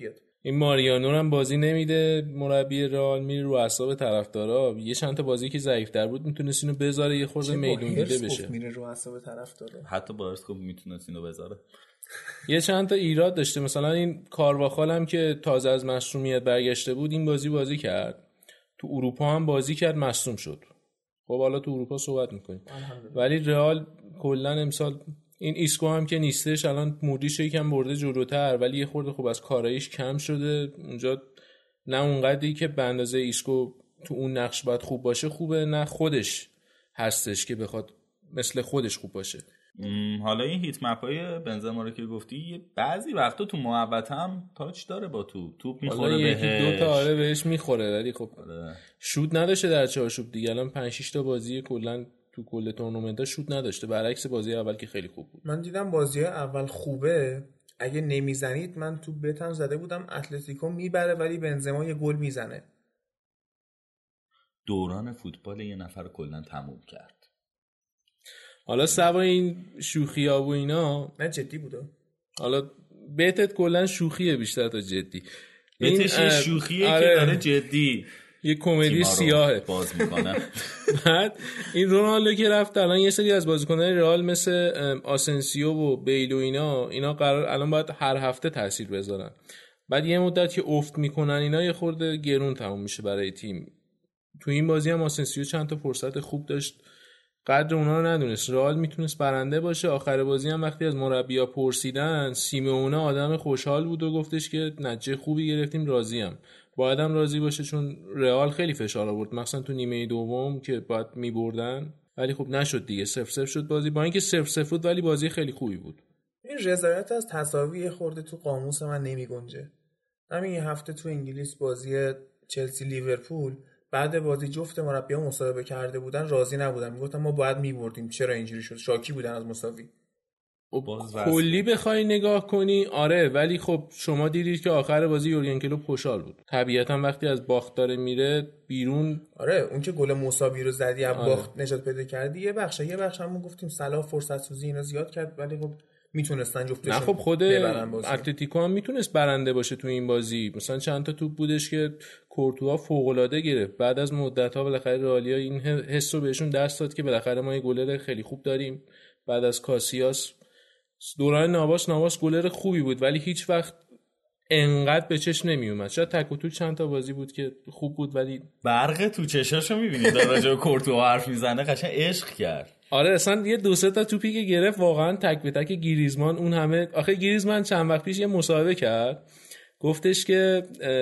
این ماریانو هم بازی نمیده، مربی رئال میره رو اعصاب طرفدارا. یه چند تا بازی که ضعیف‌تر بود میتونست اینو بذاره یه خورده میدون دیده بشه. میره رو اعصاب طرفدارا. حتی بارس گفت میتونست اینو بذاره. یه چند تا ایراد داشته، مثلا این کارواخال هم که تازه از مصونیت برگشته بود این بازی بازی کرد، تو اروپا هم بازی کرد مصدوم شد. خب حالا تو اروپا صحبت میکنیم، ولی رئال کلا امسال این ایسکو هم که نیستش، الان مودریچ یکم برده جلوتر ولی یه خورده خوب از کارایش کم شده اونجا، نه اونقدری که به اندازه ایسکو تو اون نقش باید خوب باشه خوبه، نه خودش هستش که بخواد مثل خودش خوب باشه. حالا این هیت مپای بنزما رو که گفتی بعضی وقتا تو محوطه هم تاچ داره با تو توپ میخوره بهش، یکی دو تا آره بهش میخوره ولی خب شوت نداشته در چارچوب دیگه. الان پنج شش تا بازی کلا تو کل تورنمنت‌ها شوت نداشته، برعکس بازی اول که خیلی خوب بود. من دیدم بازی اول خوبه، اگه نمیزنید من تو بتم زده بودم اتلتیکو میبره ولی بنزما یه گل میزنه. دوران فوتبال یه نفر کلا تموم کرد. حالا سوا این شوخی‌ها و اینا نه جدی بوده. حالا بهتت کلا شوخیه بیشتر تا جدی. این شوخیه آره. که داره جدی یه کمدی سیاهه باز میکنه. بعد این رونالدو که رفت الان یه سری از بازیکنان رئال مثل آسنسیو و بیل و اینا اینا قرار الان باید هر هفته تاثیر بذارن، بعد یه مدت که افت میکنن اینا یه خورده گرون تموم میشه برای تیم. تو این بازی هم آسنسیو چند تا فرصت خوب داشت، قدر اونا رو ندونست. رئال میتونست برنده باشه. آخر بازی هم وقتی از مربی‌ها پرسیدن سیمئونه آدم خوشحال بود و گفتش که نتیجه خوبی گرفتیم، راضیم. بایدم راضی باشه چون رئال خیلی فشار آورد مثلا تو نیمه دوم که باید میبردن ولی خب نشد دیگه، صفر صفر شد بازی، با اینکه صفر صفر بود ولی بازی خیلی خوبی بود. این رضایت از تساوی خورده تو قاموس من نمیگنجه. همین یه هفته تو انگلیس بازی چلسی لیورپول بعد بازی جفت مربی‌ها مصاحبه کرده بودن، راضی نبودن، میگفتن ما باید میبردیم، چرا اینجوری شد، شاکی بودن از مساوی. کلی بخوای نگاه کنی آره، ولی خب شما دیدید که آخر بازی یورگن کلوپ خوشحال بود. طبیعتا وقتی از باخت داره میره بیرون، آره اون که گل مساوی رو زدی از آره. باخت نجات پیدا کردی یه بخش یه بخش همون گفتیم صلاح فرصت سوزی اینا زیاد کرد ولی خب میتونستن جفتشون. نه خب خود اتلتیکو هم میتونست برنده باشه تو این بازی، مثلا چند تا توپ بودش که کورتوا فوق العاده گرفت، بعد از مدت ها بالاخره رئالیا این حس رو بهشون دست داد که بالاخره ما یه گلر خیلی خوب داریم. بعد از کاسیاس دوران نواس نواس گلر خوبی بود ولی هیچ وقت انقدر به چشم نمی اومد. شاید تک و توک چند تا بازی بود که خوب بود ولی برق تو چشاشو می‌بینید در راجع به کورتوا حرف میزنه، قشنگ عشق کرد. آره اصلا یه دو سه تا توپی که گرفت واقعا تک به تک گریزمان اون همه. آخه گریزمان چند وقت پیش یه مصاحبه کرد گفتش که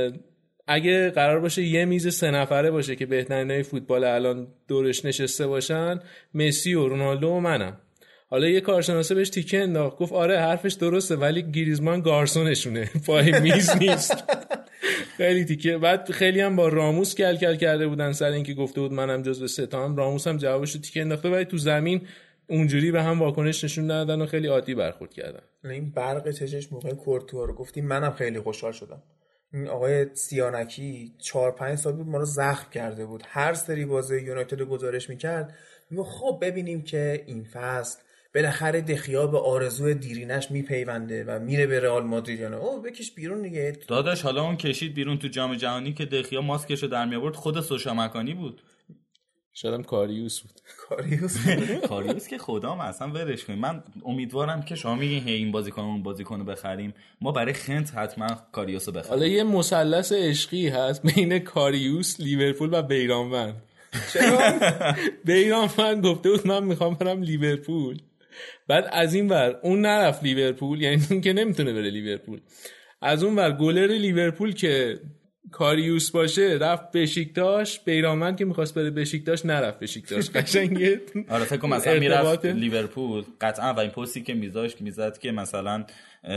اگه قرار باشه یه میز سه نفره باشه که بهترینای فوتبال الان دورش نشسته باشن، مسی و رونالدو و منم. حالا یه کارشناسه بهش تیکه انداخت گفت آره حرفش درسته ولی گریزمان گارسونشونه پای میز نیست. خیلی تیکه. بعد خیلی هم با راموس کل کل کرده بودن سر اینکه گفته بود منم جزو سه تا هم. راموس هم جوابش تیکه انداخته ولی تو زمین اونجوری به هم واکنش نشون ندادن و خیلی عادی برخورد کردن. این برق چشش موقع کورتوا رو گفتیم منم خیلی خوشحال شدم. این آقای سیانکی چهار پنج سال بود ما رو زخم کرده بود، هر سری بازی یونایتد رو گزارش میکرد میگه خب ببینیم که این فصل بالاخره دخیا به آرزوی دیرینش میپیونده و میره به رئال مادرید یا نه. اوه بکش بیرون دیگه داداش. حالا اون کشید بیرون تو جام جهانی که دخیا ماسکشو در می آورد خود سوشا مکانی بود. شاید هم کاریوس بود. کاریوس کاریوس که خدام اصلا ورش کنیم. من امیدوارم که شما میگین هی این بازیکن اون بازیکنو بخریم، ما برای خنت حتما کاریوسو بخریم. حالا یه مثلث عشقی هست بین کاریوس، لیورپول و بیرانوند. چرا؟ بیرانوند گفته بود من میخوام برم لیورپول، بعد از این ور اون نرفت لیورپول، یعنی اون که نمیتونه بره لیورپول. از اون ور گلر لیورپول که کاریوس باشه رفت بشیکتاش، بیرانوند که میخواست بره بشیکتاش نرفت بشیکتاش. قشنگه. آره فکر کنم مثلا میرفت لیورپول قطعا و این پستی که میذاشت میزد که مثلا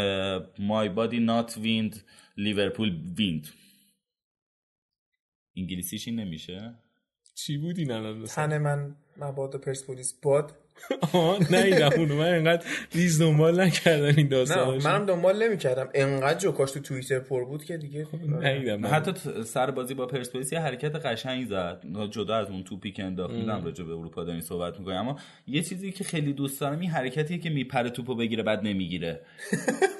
my body not wind لیورپول wind. انگلیسیش این نمیشه؟ چی بود این الان؟ تن من مبادا پرسپولیس باد. آه نه اینا اونو من انقدر ریز دنبال نکردم این داستانش. نه منم دنبال نمیکردم، انقدر جوکاش تو توییتر پر بود که دیگه نیدم. حتی سر بازی با پرسپولیس یه حرکت قشنگ زد جدا از اون توپی که انداخت. میدونم راجع به اروپا دارین صحبت می‌کنی اما یه چیزی که خیلی دوست دارم این حرکتیه که میپره توپو بگیره بعد نمیگیره.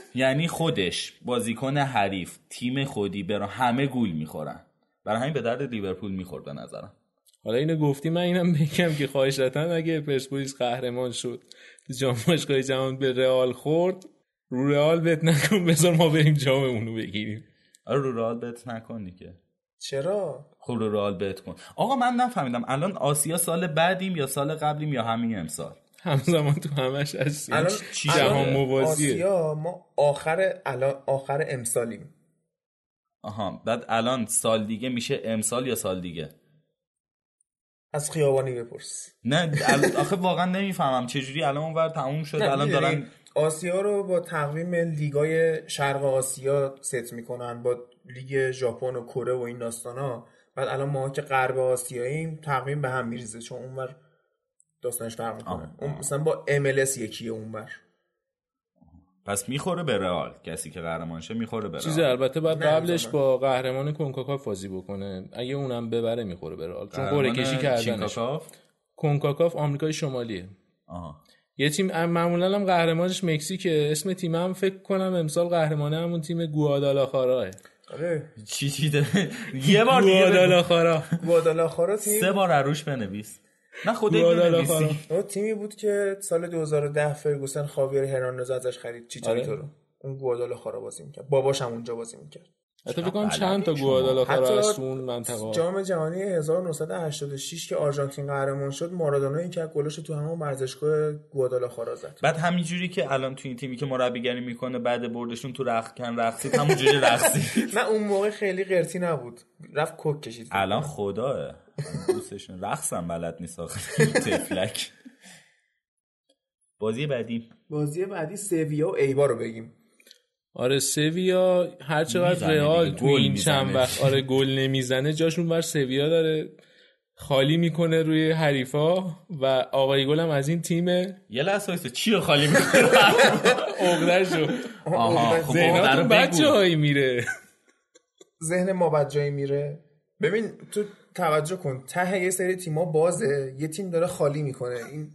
یعنی خودش، بازیکن حریف، تیم خودی برا همه گول میخورن. برای همین به درد لیورپول میخورد به نظرم. حالا اینو گفتی، من اینم بگم که خواهشاً اگه پرسپولیس قهرمان شد جام باشگاه جهان به رئال خورد، رو رئال بت نکن، بذار ما بریم جاممونو بگیریم. آره رو رئال بت نکن دیگه. چرا؟ خب رو رئال بت کن. آقا من نفهمیدم الان آسیا سال بعدیم یا سال قبلیم یا همین امسال؟ همزمان تو همش هستیم. الان جهان موازیه. آسیا ما آخر الان آخر امسالیم. آها بعد الان سال دیگه میشه امسال یا سال دیگه؟ از خیابانی بپرس. نه آخه واقعا نمیفهمم چجوری الان اونور تموم شد الان دارن آسیا رو با تقویم لیگای شرق آسیا ست میکنن با لیگ ژاپن و کره و این داستانا. بعد الان ما که غرب آسیاییم تقویم به هم میریزه چون اونور داستانش فرق میکنه. اون مثلا با ام ال اس یکیه اونور. پس میخوره به رئال، کسی که قهرمان شه میخوره به رئال. چیز البته بعد قبلش با قهرمان کنکاکاف بازی بکنه، اگه اونم ببره میخوره به رئال چون قرعه کشی کردنش. کنکاکاف آمریکای شمالیه. آها. یه تیم معمولا هم قهرمانش مکزیکه، اسم تیم هم فکر کنم امسال قهرمانه همون تیم گوادالاخاراه. آره چی چی ده یه بار دیگه گوادالاخارا گوادالاخارا تیم سه بار عروش بنویس. نه خودت بنویسی. اون تیمی بود که سال دو هزار و ده فرگوسن خاویر هرناندز ازش خرید چیچاریتو رو. اون گوادالاخارا بازی میکرد، باباش هم اونجا بازی میکرد. حتی فکر کنم چند تا گوادالاخارا از اون منطقه. جام جهانی هزار و نهصد و هشتاد و شش که آرژانتین قهرمان شد، مارادونا این که گلش تو همون ورزشگاه گوادالاخارا زد. بعد همینجوری که الان تو این تیمی که مربیگری میکنه بعد بردشون تو رختکن رقصید همونجوری رقصید. نه اون موقع خیلی قرتی نبود، رفت کوک کشید. الان خداه دوستشون رقصم بلد نیست آخه تفلک. بازی بعدی بازی بعدی سویا و ایبار رو بگیم. آره سویا هر چقدر رئال تو این چند وقت آره گل نمیزنه جاشون بر سویا داره خالی میکنه روی حریفا و آقای گل هم از این تیمه. یه لحظه وایسا چی رو خالی میکنه؟ عقده‌شو. آها خب ذهنتون بد جایی میره. ذهن ما بد جایی میره. ببین تو توجه کن ته یه سری تیما بازه، یه تیم داره خالی میکنه. این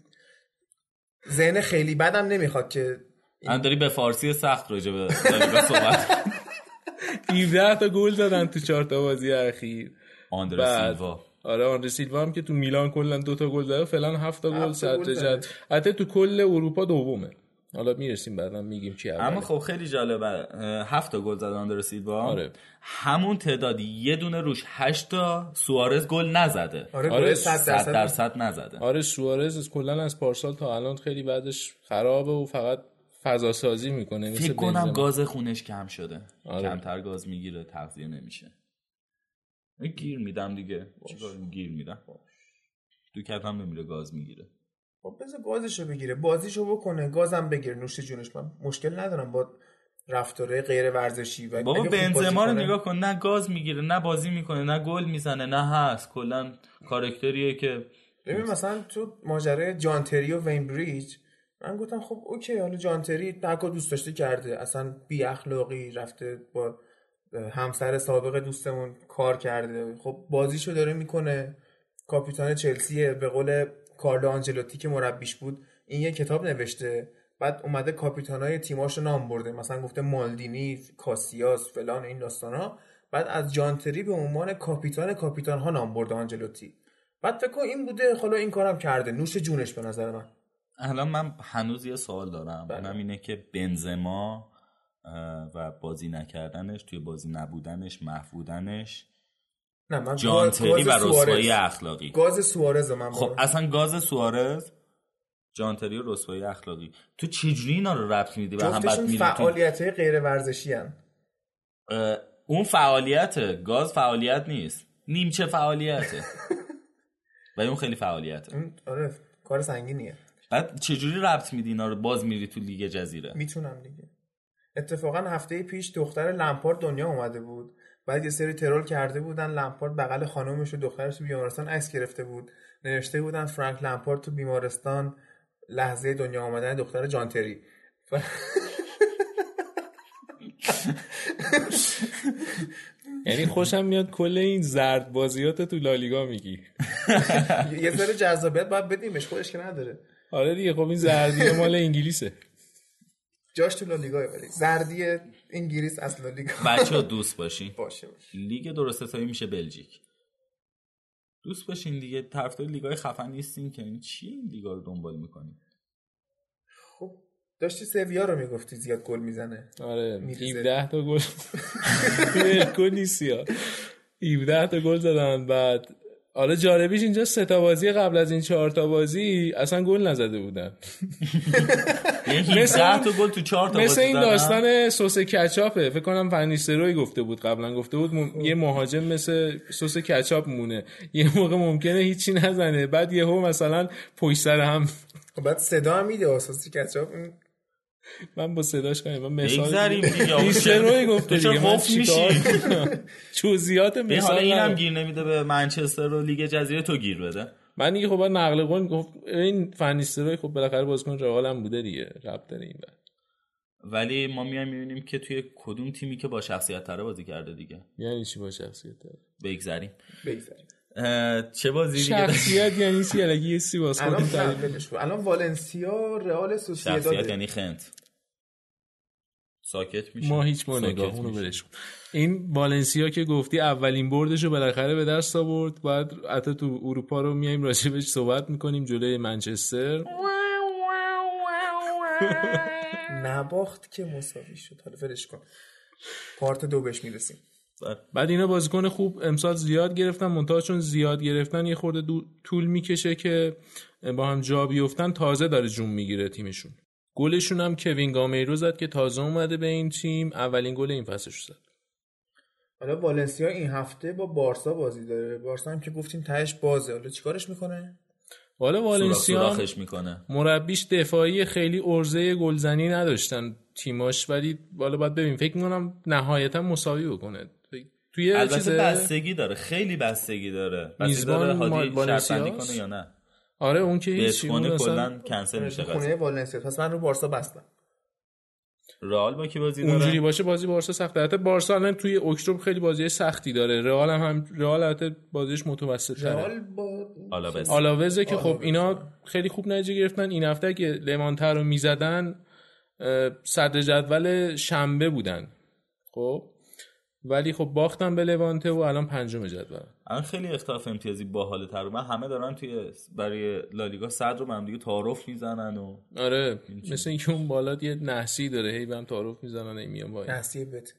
ذهن خیلی بدم نمیخواد که من داری به فارسی سخت راجع به لالیگا صحبت. هفده تا گل دادن تو چهار تا بازی اخیر. آندره سیلوا. آره آندره سیلوا هم که تو میلان کلا دو تا گل داده، فعلا هفت تا گل سجل. حتی تو کل اروپا دومه. حالا میرسیم بعدا میگیم چی اوله. اما خب خیلی جالبه هفت تا گل زد آندره سیلوا. آره. همون تعدادی یه دونه روش هشت تا سوارز گل نزده. آره, آره صد درصد نزده. آره سوارز کلا از پارسال تا الان خیلی بعدش خرابه و فقط فضا سازی میکنه. فکر کنم گاز خونش کم شده. آره. کمتر گاز میگیره، تغذیه نمیشه. گیر میدم دیگه. چیکار گیر میدم؟ تو کتم نمیره گاز میگیره. خب بذار گازشو بگیره، بازیشو بکنه، گازم بگیره، نوش جونش. من مشکل ندارم با رفتاره غیر ورزشی. و بابا بنزما رو نگاه کن، نه گاز میگیره، نه بازی میکنه، نه گل میزنه، نه هست. کلا کاراکتریه که ببین مثلا تو ماجرای جان تری و وین بریج من گفتم خب اوکی، حالا جان تری هرکار دوست داشته کرده، اصلا بی اخلاقی رفته با همسر سابق دوستمون کار کرده، خب بازیشو داره میکنه. کاپیتان چلسیه، به قول کارلو آنجلوتی که مربیش بود این یه کتاب نوشته، بعد اومده کاپیتانای تیماشو نام برده، مثلا گفته مالدینی، کاسیاس، فلان این داستانا. بعد از جان تری به عنوان کاپیتان کاپیتان ها نام برده آنجلوتی. بعد فکر کن این بوده، حالا این کارم کرده، نوش جونش به نظر من. الان من هنوز یه سوال دارم، اونم اینه که بنزما و بازی نکردنش، توی بازی نبودنش، محفودنش، نه من جان تری و رسوایی اخلاقی. گاز سوارز من خب اصلا گاز سوارز، جان تری و رسوایی اخلاقی، تو چجوری اینا رو ربط میدی به هم؟ بعد میری تو فعالیت‌های غیر ورزشی ان. اون فعالیته، گاز فعالیت نیست، نیمچه فعالیته. و اون خیلی فعالیته. آره کار سنگینیه. بعد چجوری ربط میدی اینا رو؟ باز میری تو لیگ جزیره. میتونم دیگه. اتفاقا هفته پیش دختر لمپارد دنیا اومده بود، بعد یه سری ترول کرده بودن، لمپارد بغل خانومش و دخترش تو بیمارستان عکس گرفته بود، نوشته بودن فرانک لمپارد تو بیمارستان لحظه دنیا آمدن دختر جان تری. یعنی خوشم میاد کل این زرد بازیات تو لالیگا میگی. یه ذره جذابیت باید بدیمش، خودش که نداره. آره دیگه، خب این زردی مال انگلیسه. جاش تو لالیگا ولی زردی انگلیس اصلا لیگا. بچه‌ها دوست باشین. باشه باشه. لیگ درست حسابی میشه بلژیک. دوست باشین دیگه، طرفدار لیگای خفن نیستین که این چی این لیگا رو دنبال میکنین. خب داشتی سویا رو میگفتی زیاد گل میزنه. آره هفده تا گل گل نیستیا هفده تا گل زدن. بعد حالا جالبیش اینجا سه تا بازی قبل از این چهار تا بازی اصلا گل نزده بودن. مثل تا گل تو چهار تا بازی مثل این داستان سس کچاپه. فکر کنم فنیستروی گفته بود قبلا، گفته بود م... یه مهاجم مثل سس کچاپ مونه، یه موقع ممکنه هیچی نزنه بعد یهو مثلا پشت سر هم. بعد صدا هم میده سس کچاپ. من با صداش کنم من مثال بگذاریم دیگه. فنیستروی گفته دیگه من چیکار جزئیات مثال. حالا اینم گیر نمیده به منچستر و لیگ جزیره، تو گیر بده. من دیگه خب بعد نقل قول گفت این فنیستروی خب بالاخره بازیکن رئال هم بوده دیگه، ربط داره این بعد. ولی ما میایم میبینیم که توی کدوم تیمی که با شخصیت تره بازی کرده دیگه. یعنی چی با شخصیت تره؟ بگذاریم بگذاریم چه بازی دیگه شخصیت یعنی چی؟ الگی سی باز خودم تعریف. الان والنسیا رئال سوسییداد. شخصیت یعنی خنت ساکت میشه. ما هیچ ما نگاه اونو برش. این والنسیا که گفتی اولین بردشو بالاخره به دست آورد، بعد حتی تو اروپا رو میایم راجبش صحبت میکنیم جلوی منچستر. نباخت که مساوی شد. حالا فرش کن پارت دو بهش میرسیم. بعد اینا بازیکن خوب امسال زیاد گرفتن، منتها چون زیاد گرفتن یه خورده طول میکشه که با هم جا بیفتن. تازه داره جون میگیره تیمشون. گلشون هم کوین گامیرو زد که تازه اومده به این تیم، اولین گل این فصلش زد. حالا والنسیا این هفته با بارسا بازی داره. بارسا هم که گفتیم تهش بازه. حالا چیکارش میکنه؟ حالا والنسیا میکنه. مربیش دفاعی خیلی ارزه گلزنی نداشتن تیماش، ولی حالا باید ببین. فکر میکنم نهایتا مساوی بکنه. توی البته چیز بستگی داره، خیلی بستگی داره. میزبان والنسیا کنه یا نه. آره اون که هیچ کنه کلا کنسل میشه قضیه. خونه والنسیا. پس من رو بارسا بستم. رئال با کی بازی داره؟ اونجوری باشه بازی بارسا سخته. البته بارسا الان توی اکتبر خیلی بازی سختی داره. رئال هم, هم رئال البته بازیش متوسط تره. رئال با آلاوز آلاوز که خب اینا خیلی خوب نتیجه گرفتن. این هفته که لوانته رو میزدن صدر جدول شنبه بودن خب، ولی خب باختن به لوانته و الان پنجم جدول. الان خیلی اختلاف امتیازی باحال تر. من همه دارن توی برای لالیگا صدر رو با هم دیگه تعارف میزنن و آره مثل اینکه اون بالا یه نحسی داره هی بهم تعارف میزنن این میام وای نحسی بت.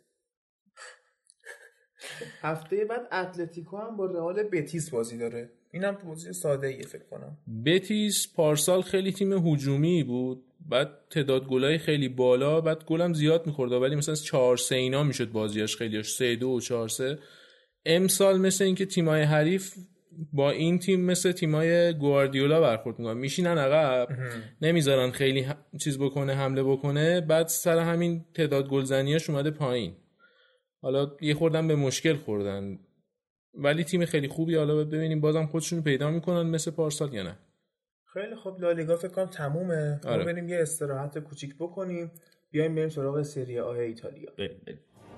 هفته بعد اتلتیکو هم با رئال بتیس بازی داره. اینم بازی ساده ایه فکر کنم. بتیس پارسال خیلی تیم هجومی بود، بعد تعداد گلای خیلی بالا، بعد گلم زیاد می‌خورد، ولی مثلا چهار سه اینا میشد بازیاش، خیلیاش سه دو و چهار سه. امسال مثل اینکه تیمای حریف با این تیم مثل تیمای گواردیولا برخورد می‌کنن، میشینن عقب نمیذارن خیلی ه... چیز بکنه، حمله بکنه، بعد سر همین تعداد گلزنیاش اومده پایین. حالا یه خوردن به مشکل خوردن، ولی تیم خیلی خوبی. حالا ببینیم بازم خودشونو پیدا میکنن مثل پارسال یا نه. خیلی خوب لالیگا فکر کنم تمومه. آره. ما بریم یه استراحت کوچیک بکنیم، بیایم بریم سراغ سری آ ایتالیا. بریم بریم.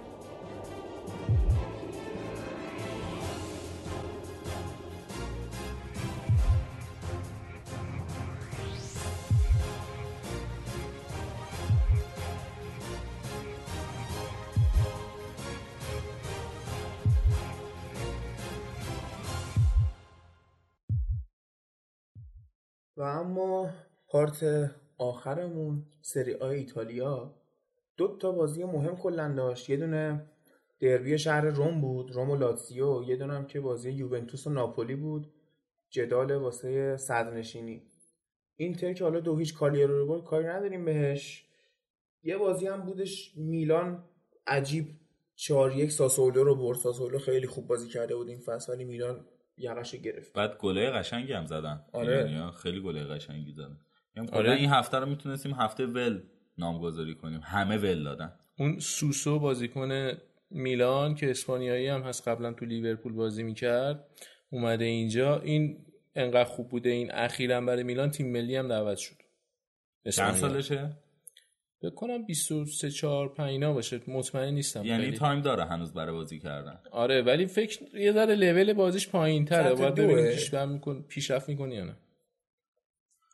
و اما پارت آخرمون سری آ ایتالیا دو تا بازی مهم کلا داشت. یه دونه دربی شهر روم بود، روم و لاتزیو، یه دونه هم که بازی یوونتوس و ناپولی بود، جدال واسه صدرنشینی. اینتر که حالا دو هیچ کالیرو رو برد، کاری نداریم بهش. یه بازی هم بودش میلان عجیب چهار یک ساسولو رو برد. ساسولو خیلی خوب بازی کرده بود این فصل، ولی میلان یقش گرفت. بعد گله قشنگی هم زدن. آره. خیلی گله قشنگی زدن. یعنی آره. این هفته رو میتونستیم هفته ول نامگذاری کنیم. همه ول دادن. اون سوسو بازیکن میلان که اسپانیایی هم هست، قبلا تو لیورپول بازی میکرد، اومده اینجا. این انقدر خوب بوده این اخیراً برای میلان تیم ملی هم دعوت شد. چند سالشه؟ فکر کنم بیست و سه چهار پنج اینا باشه، مطمئن نیستم. یعنی خیلی. تایم داره هنوز برای بازی کردن. آره ولی فکر یه ذره لول بازیش پایین‌تره، باید ببینیم پیشرفت میکنه پیشرفت میکنه یا نه.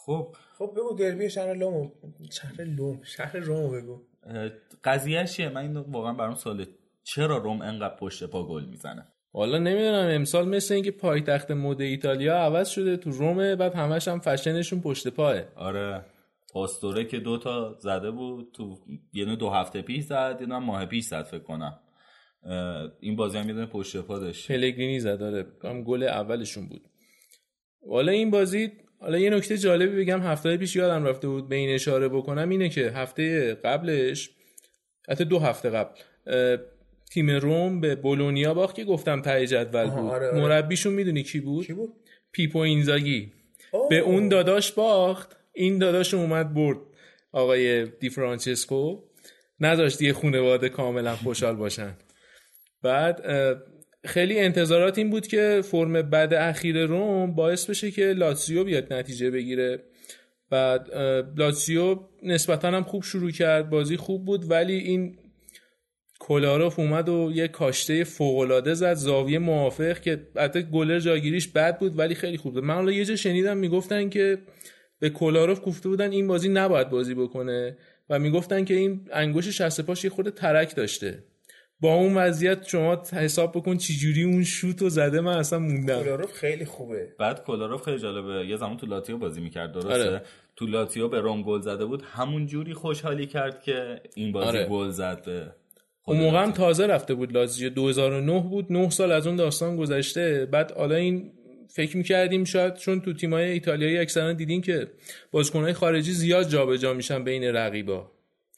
خب خب بگو دربی شهر لومو شهر لوم شهر رومو بگو. قضیه چیه؟ من این واقعا برام سواله، چرا روم انقدر پشت پا گل میزنه؟ والا نمیدونم، امسال مثل اینکه پایتخت مد ایتالیا عوض شده تو رومه، بعد همش هم فشنشون پشت پاه. آره پاستوره که دو تا زده بود تو، یعنی دو هفته پیش زد، یعنی ماه پیش زد فکر کنم. این بازی هم یه دونه پشت پا داشت، پلگرینی زد. آره هم گل اولشون بود. والا این بازی، حالا یه نکته جالبی بگم، هفته پیش یادم رفته بود به این اشاره بکنم، اینه که هفته قبلش، حتی دو هفته قبل، تیم روم به بولونیا باخت که گفتم ته جدول بود. آره آره. مربیشون میدونی کی بود؟ کی بود؟ پیپو اینزاگی. اوه. به اون داداش باخت، این داداش اومد برد، آقای دی فرانچسکو، نذاشت یه خانواده کاملا خوشحال باشن. بعد خیلی انتظارات این بود که فرم بد اخیر روم باعث بشه که لاتزیو بیاد نتیجه بگیره. بعد لاتزیو نسبتا هم خوب شروع کرد، بازی خوب بود، ولی این کولاروف اومد و یه کاشته فوق‌العاده زد زاویه موافق که البته گلر جاگیریش بد بود ولی خیلی خوب بود. من حالا یه جا شنیدم میگفتن که به کولاروف گفته بودن این بازی نباید بازی بکنه و میگفتن که این انگوش شست پاش یه خورده ترک داشته. با اون وضعیت شما حساب بکن چی جوری اون شوتو زده، من اصلا موندم. کولاروف خیلی خوبه. بعد کولاروف خیلی جالبه، یه زمان تو لاتیو بازی میکرد درسته؟ آره. تو لاتیو به روم گل زده بود، همون جوری خوشحالی کرد که این بازی آره. گل زد به اون موقع هم تازه رفته بود لاتزیو، دو هزار و نه بود، نه سال از اون داستان گذشته. بعد حالا این فکر می‌کردیم شاید چون تو تیم‌های ایتالیایی اکثرا دیدین که بازیکن‌های خارجی زیاد جابجا میشن بین رقیبا،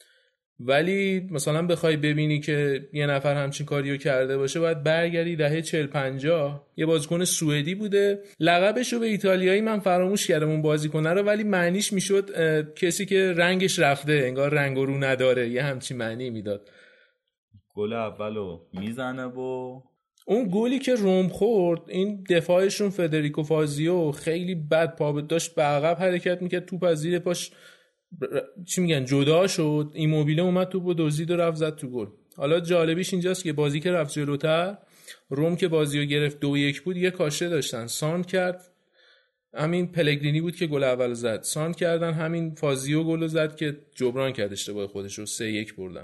ولی مثلا بخوای ببینی که یه نفر همچین کاریو کرده باشه باید برگردی دهه چهل پنجاه. یه بازیکن سوئدی بوده، لقبشو به ایتالیایی من فراموش کردم اون بازیکنه رو، ولی معنیش میشد کسی که رنگش رفته، انگار رنگ رو نداره، یه همچین معنی میداد. گل اولو میزنه و اون گلی که روم خورد، این دفاعشون فدریکو فازیو خیلی بد پا داشت به عقب حرکت میکرد، توپ از زیر پاش ر... چی میگن جدا شد، ایموبیله اومد توپو دزدید و رفت زد تو گل. حالا جالبیش اینجاست که بازی که رفت جلوتر، روم که بازیو گرفت دو یک بود، یه کاشته داشتن، ساند کرد، همین پلگرینی بود که گل اول زد، ساند کردن، همین فازیو گل زد که جبران کرد اشتباه خودش رو، سه یک بردن.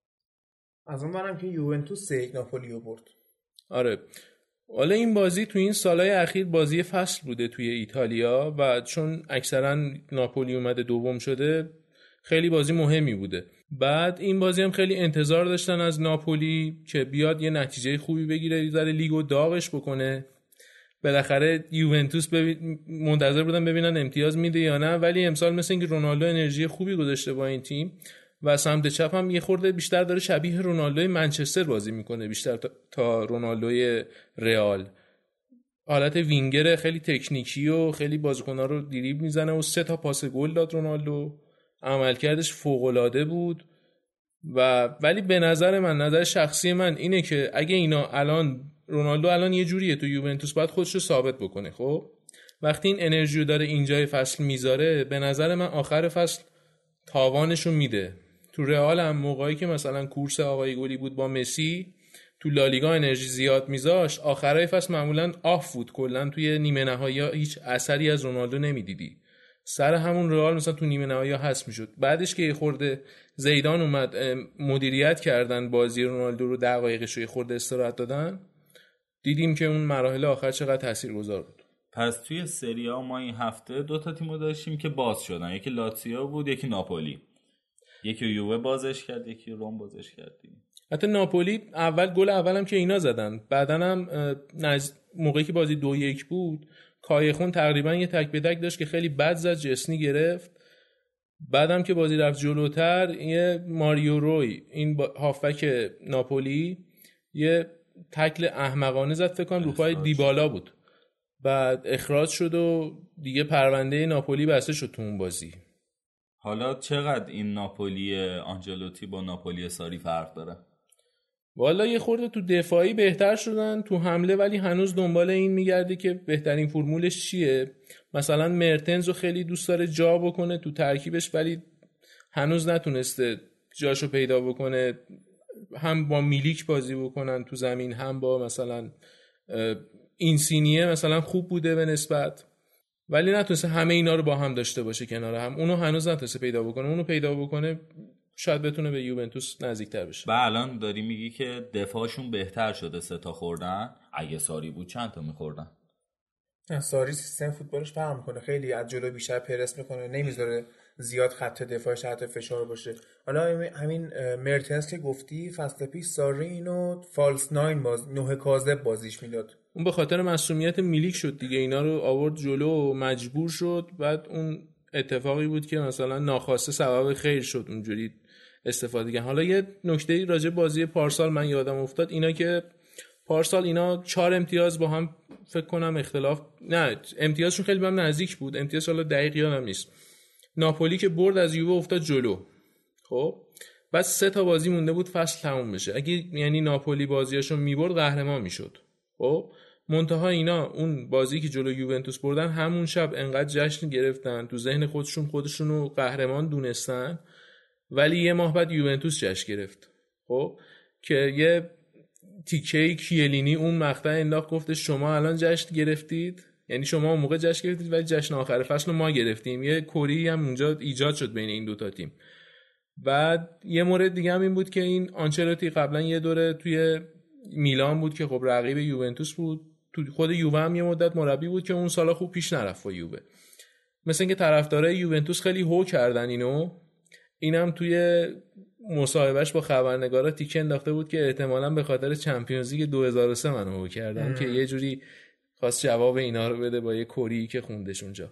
از اون برم که یوونتوس سه یک ناپولیو برد. آره حالا این بازی تو این سالهای اخیر بازی فصل بوده توی ایتالیا و چون اکثرا ناپولی اومده دوم شده خیلی بازی مهمی بوده. بعد این بازی هم خیلی انتظار داشتن از ناپولی که بیاد یه نتیجه خوبی بگیره، یه ذره لیگو داغش بکنه. بالاخره یوونتوس ببین... منتظر بودن ببینن امتیاز میده یا نه، ولی امسال مثل اینکه رونالدو انرژی خوبی گذاشته با این تیم و سمت چپ هم یه خورده بیشتر داره شبیه رونالدوی منچستر بازی میکنه بیشتر تا, تا رونالدوی رئال. حالت وینگر خیلی تکنیکی و خیلی بازیکن‌ها رو دریبل میزنه و سه تا پاس گل داد رونالدو، عملکردش فوق‌العاده بود. و ولی به نظر من، نظر شخصی من اینه که اگه اینا الان رونالدو الان یه جوریه تو یوونتوس باید خودش رو ثابت بکنه. خب وقتی این انرژی رو داره اینجای فصل میذاره، به نظر من آخر فصل تاوانشو میده. تو رئال هم موقعی که مثلا کورس آقای گلی بود با مسی، تو لالیگا انرژی زیاد میذاشت، آخرای فصل معمولا آف بود، کلا توی نیمه نهایی هیچ اثری از رونالدو نمیدیدی. سر همون رئال مثلا تو نیمه نهایی حذف میشد. بعدش که یه خورده زیدان اومد مدیریت کردن بازی رونالدو رو، دقایقش رو یه خورده استراحت دادن، دیدیم که اون مراحل آخر چقدر تاثیرگذار بود. پس توی سری آ ما این هفته دو تا تیمو داشتیم که باز شدن، یکی لاتزیو بود، یکی ناپولی. یکی یووه بازش کرد، یکی روم بازش کرد. حتی ناپولی اول گل اولم که اینا زدن، بعدن هم نز... موقعی که بازی دو یک بود کایخون تقریبا یه تک به تک داشت که خیلی بد زد، جسنی گرفت. بعدم که بازی رفت جلوتر، یه ماریو روی، این با... هافبک ناپولی، یه تکل احمقانه زد، فکر کنم رو پای دیبالا بود، بعد اخراج شد و دیگه پرونده ناپولی بسته شد تو اون بازی. حالا چقدر این ناپولی آنجلوتی با ناپولی ساری فرق داره؟ والا یه خورده تو دفاعی بهتر شدن، تو حمله ولی هنوز دنبال این میگرده که بهترین فرمولش چیه. مثلا مرتنز رو خیلی دوست داره جا بکنه تو ترکیبش، ولی هنوز نتونسته جاشو پیدا بکنه. هم با میلیک بازی بکنن تو زمین، هم با مثلا اینسینیه مثلا خوب بوده به نسبت. ولی نتونسته همه اینا رو با هم داشته باشه کنار هم. اونو هنوز نتونسته پیدا بکنه. اونو پیدا بکنه شاید بتونه به یوونتوس نزدیکتر بشه. و الان داری میگی که دفاعشون بهتر شده، سه تا خوردن. اگه ساری بود چند تا میخوردن؟ ساری سیستم فوتبالش فرق میکنه، خیلی از جلو بیشتر پرس میکنه، نمیذاره زیاد خط دفاعش تحت فشار باشه. حالا همین مرتنس که گفتی فصل پیش ساری اینو فالس ناین باز نه کاذب بازیش میداد. اون به خاطر مسئولیت میلیک شد دیگه، اینا رو آورد جلو و مجبور شد. بعد اون اتفاقی بود که مثلا ناخواسته سبب خیر شد اونجوری استفاده کردن. حالا یه نکته راجع بازی پارسال من یادم افتاد، اینا که پارسال اینا چهار امتیاز با هم فکر کنم اختلاف، نه امتیازشون خیلی به هم نزدیک بود، امتیاز حالا دقیق یادم نیست. ناپولی که برد از یووه افتاد جلو، خب بعد سه تا بازی مونده بود فصل تموم بشه. اگه یعنی ناپولی بازیاشو میبرد قهرمان میشد. خب منتها اینا اون بازی که جلو یوونتوس بردن همون شب انقدر جشن گرفتن، تو ذهن خودشون خودشونو قهرمان دونستن، ولی یه ماه بعد یوونتوس جشن گرفت. خب که یه تیکه کیلینی اون مقطع انداخت، گفته شما الان جشن گرفتید، یعنی شما اون موقع جشن گرفتید ولی جشن آخر فصل رو ما گرفتیم. یه کری هم اونجا ایجاد شد بین این دوتا تیم. بعد یه مورد دیگه هم این بود که این آنچلوتی قبلا یه دوره توی میلان بود که خب رقیب یوونتوس بود، تو خود یووه هم یه مدت مربی بود که اون سالا خوب پیش نرفت با یووه. مثلا اینکه طرفدارای یوونتوس خیلی هو کردن اینو، اینم توی مصاحبهش با خبرنگارا تیکه انداخته بود که احتمالاً به خاطر چمپیونز لیگ دو هزار و سه منو هو کردن که یه جوری خواست جواب اینا رو بده با یه کری که خوندش اونجا.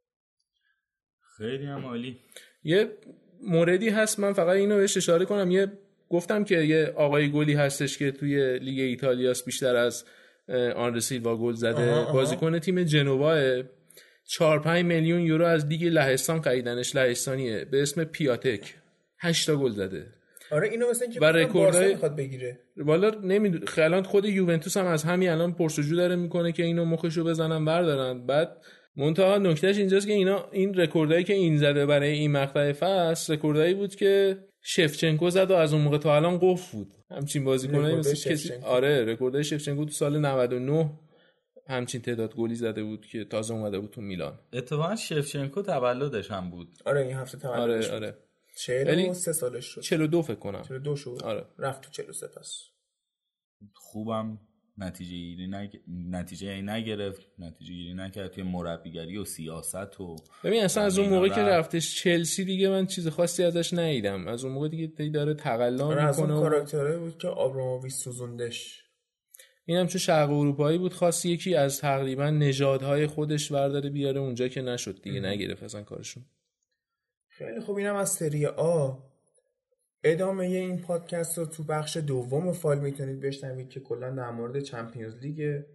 خیلی هم عالی. یه موردی هست من فقط اینو بهش اشاره کنم، یه گفتم که یه آقای گلی هستش که توی لیگ ایتالیاس بیشتر از آندره سیلوا گل زده، بازیکن تیم جنوا، چهار پنج میلیون یورو از لیگ لهستان خریدنش، لهستانیه، به اسم پیاتک، هشت تا گل زده. آره اینو مثلا که بارسا میخواد بگیره. والا نمیدونم، الان خود یوونتوس هم از همین الان پرسجو داره میکنه که اینو مخشو بزنن بردارن. بعد منتها نکتهش اینجاست که اینا این رکوردایی که این زده برای این مقطع فصل رکوردایی بود که شفچنکو زد و از اون موقع تا الان قفل بود. همچین بازیکنایی مثل کسی، آره رکوردای شفچنکو تو سال نود و نه همچین تعداد گلی زده بود که تازه اومده بود تو میلان. اتفاقا شفچنکو تولدش هم بود. آره این هفته تولدش. آره آره. چهل و سه سالش شد. چهل و دو فکر کنم. چهل و دو شد. آره. رفت تو چهل و سه پس. خوبم نتیجه گیری نگ... نتیجه ای نگرفت، نتیجه گیری نکرد توی مربیگری و سیاست و ببین اصلا از اون موقع که رفتش چلسی دیگه من چیز خاصی ازش ندیدم. از اون موقع دیگه تی داره تقلا میکنه. از اون کاراکتره بود که آبراموویچ سوزوندش. اینم چون شرق اروپایی بود، خاص یکی از تقریبا نژادهای خودش برداره بیاره اونجا که نشد دیگه، نگرفت اصلا کارشون. خیلی خوب، اینم از سری آ. ادامه این پادکست رو تو بخش دوم فایل میتونید بشنوید که کلا در مورد چمپیونز لیگه.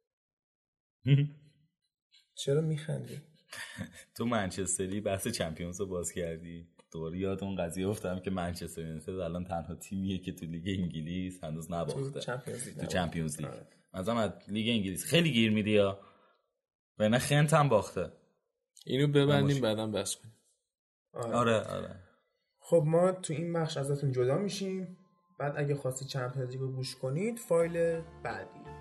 چرا میخندی؟ تو منچستری بحث چمپیونز رو باز کردی، دوباره یاد اون قضیه افتادم که منچستر یونایتد الان تنها تیمیه که تو لیگ انگلیس هنوز نباخته. تو چمپیونز لیگ. تو چمپیونز لیگ. مثلا از لیگ انگلیس خیلی گیر میدی یا نه، خنت هم باخته. اینو ببندیم بعداً بحث کنیم. آره آره. خب ما تو این بخش ازتون جدا میشیم، بعد اگه خواستی چمپیونز لیگ رو گوش کنید فایل بعدی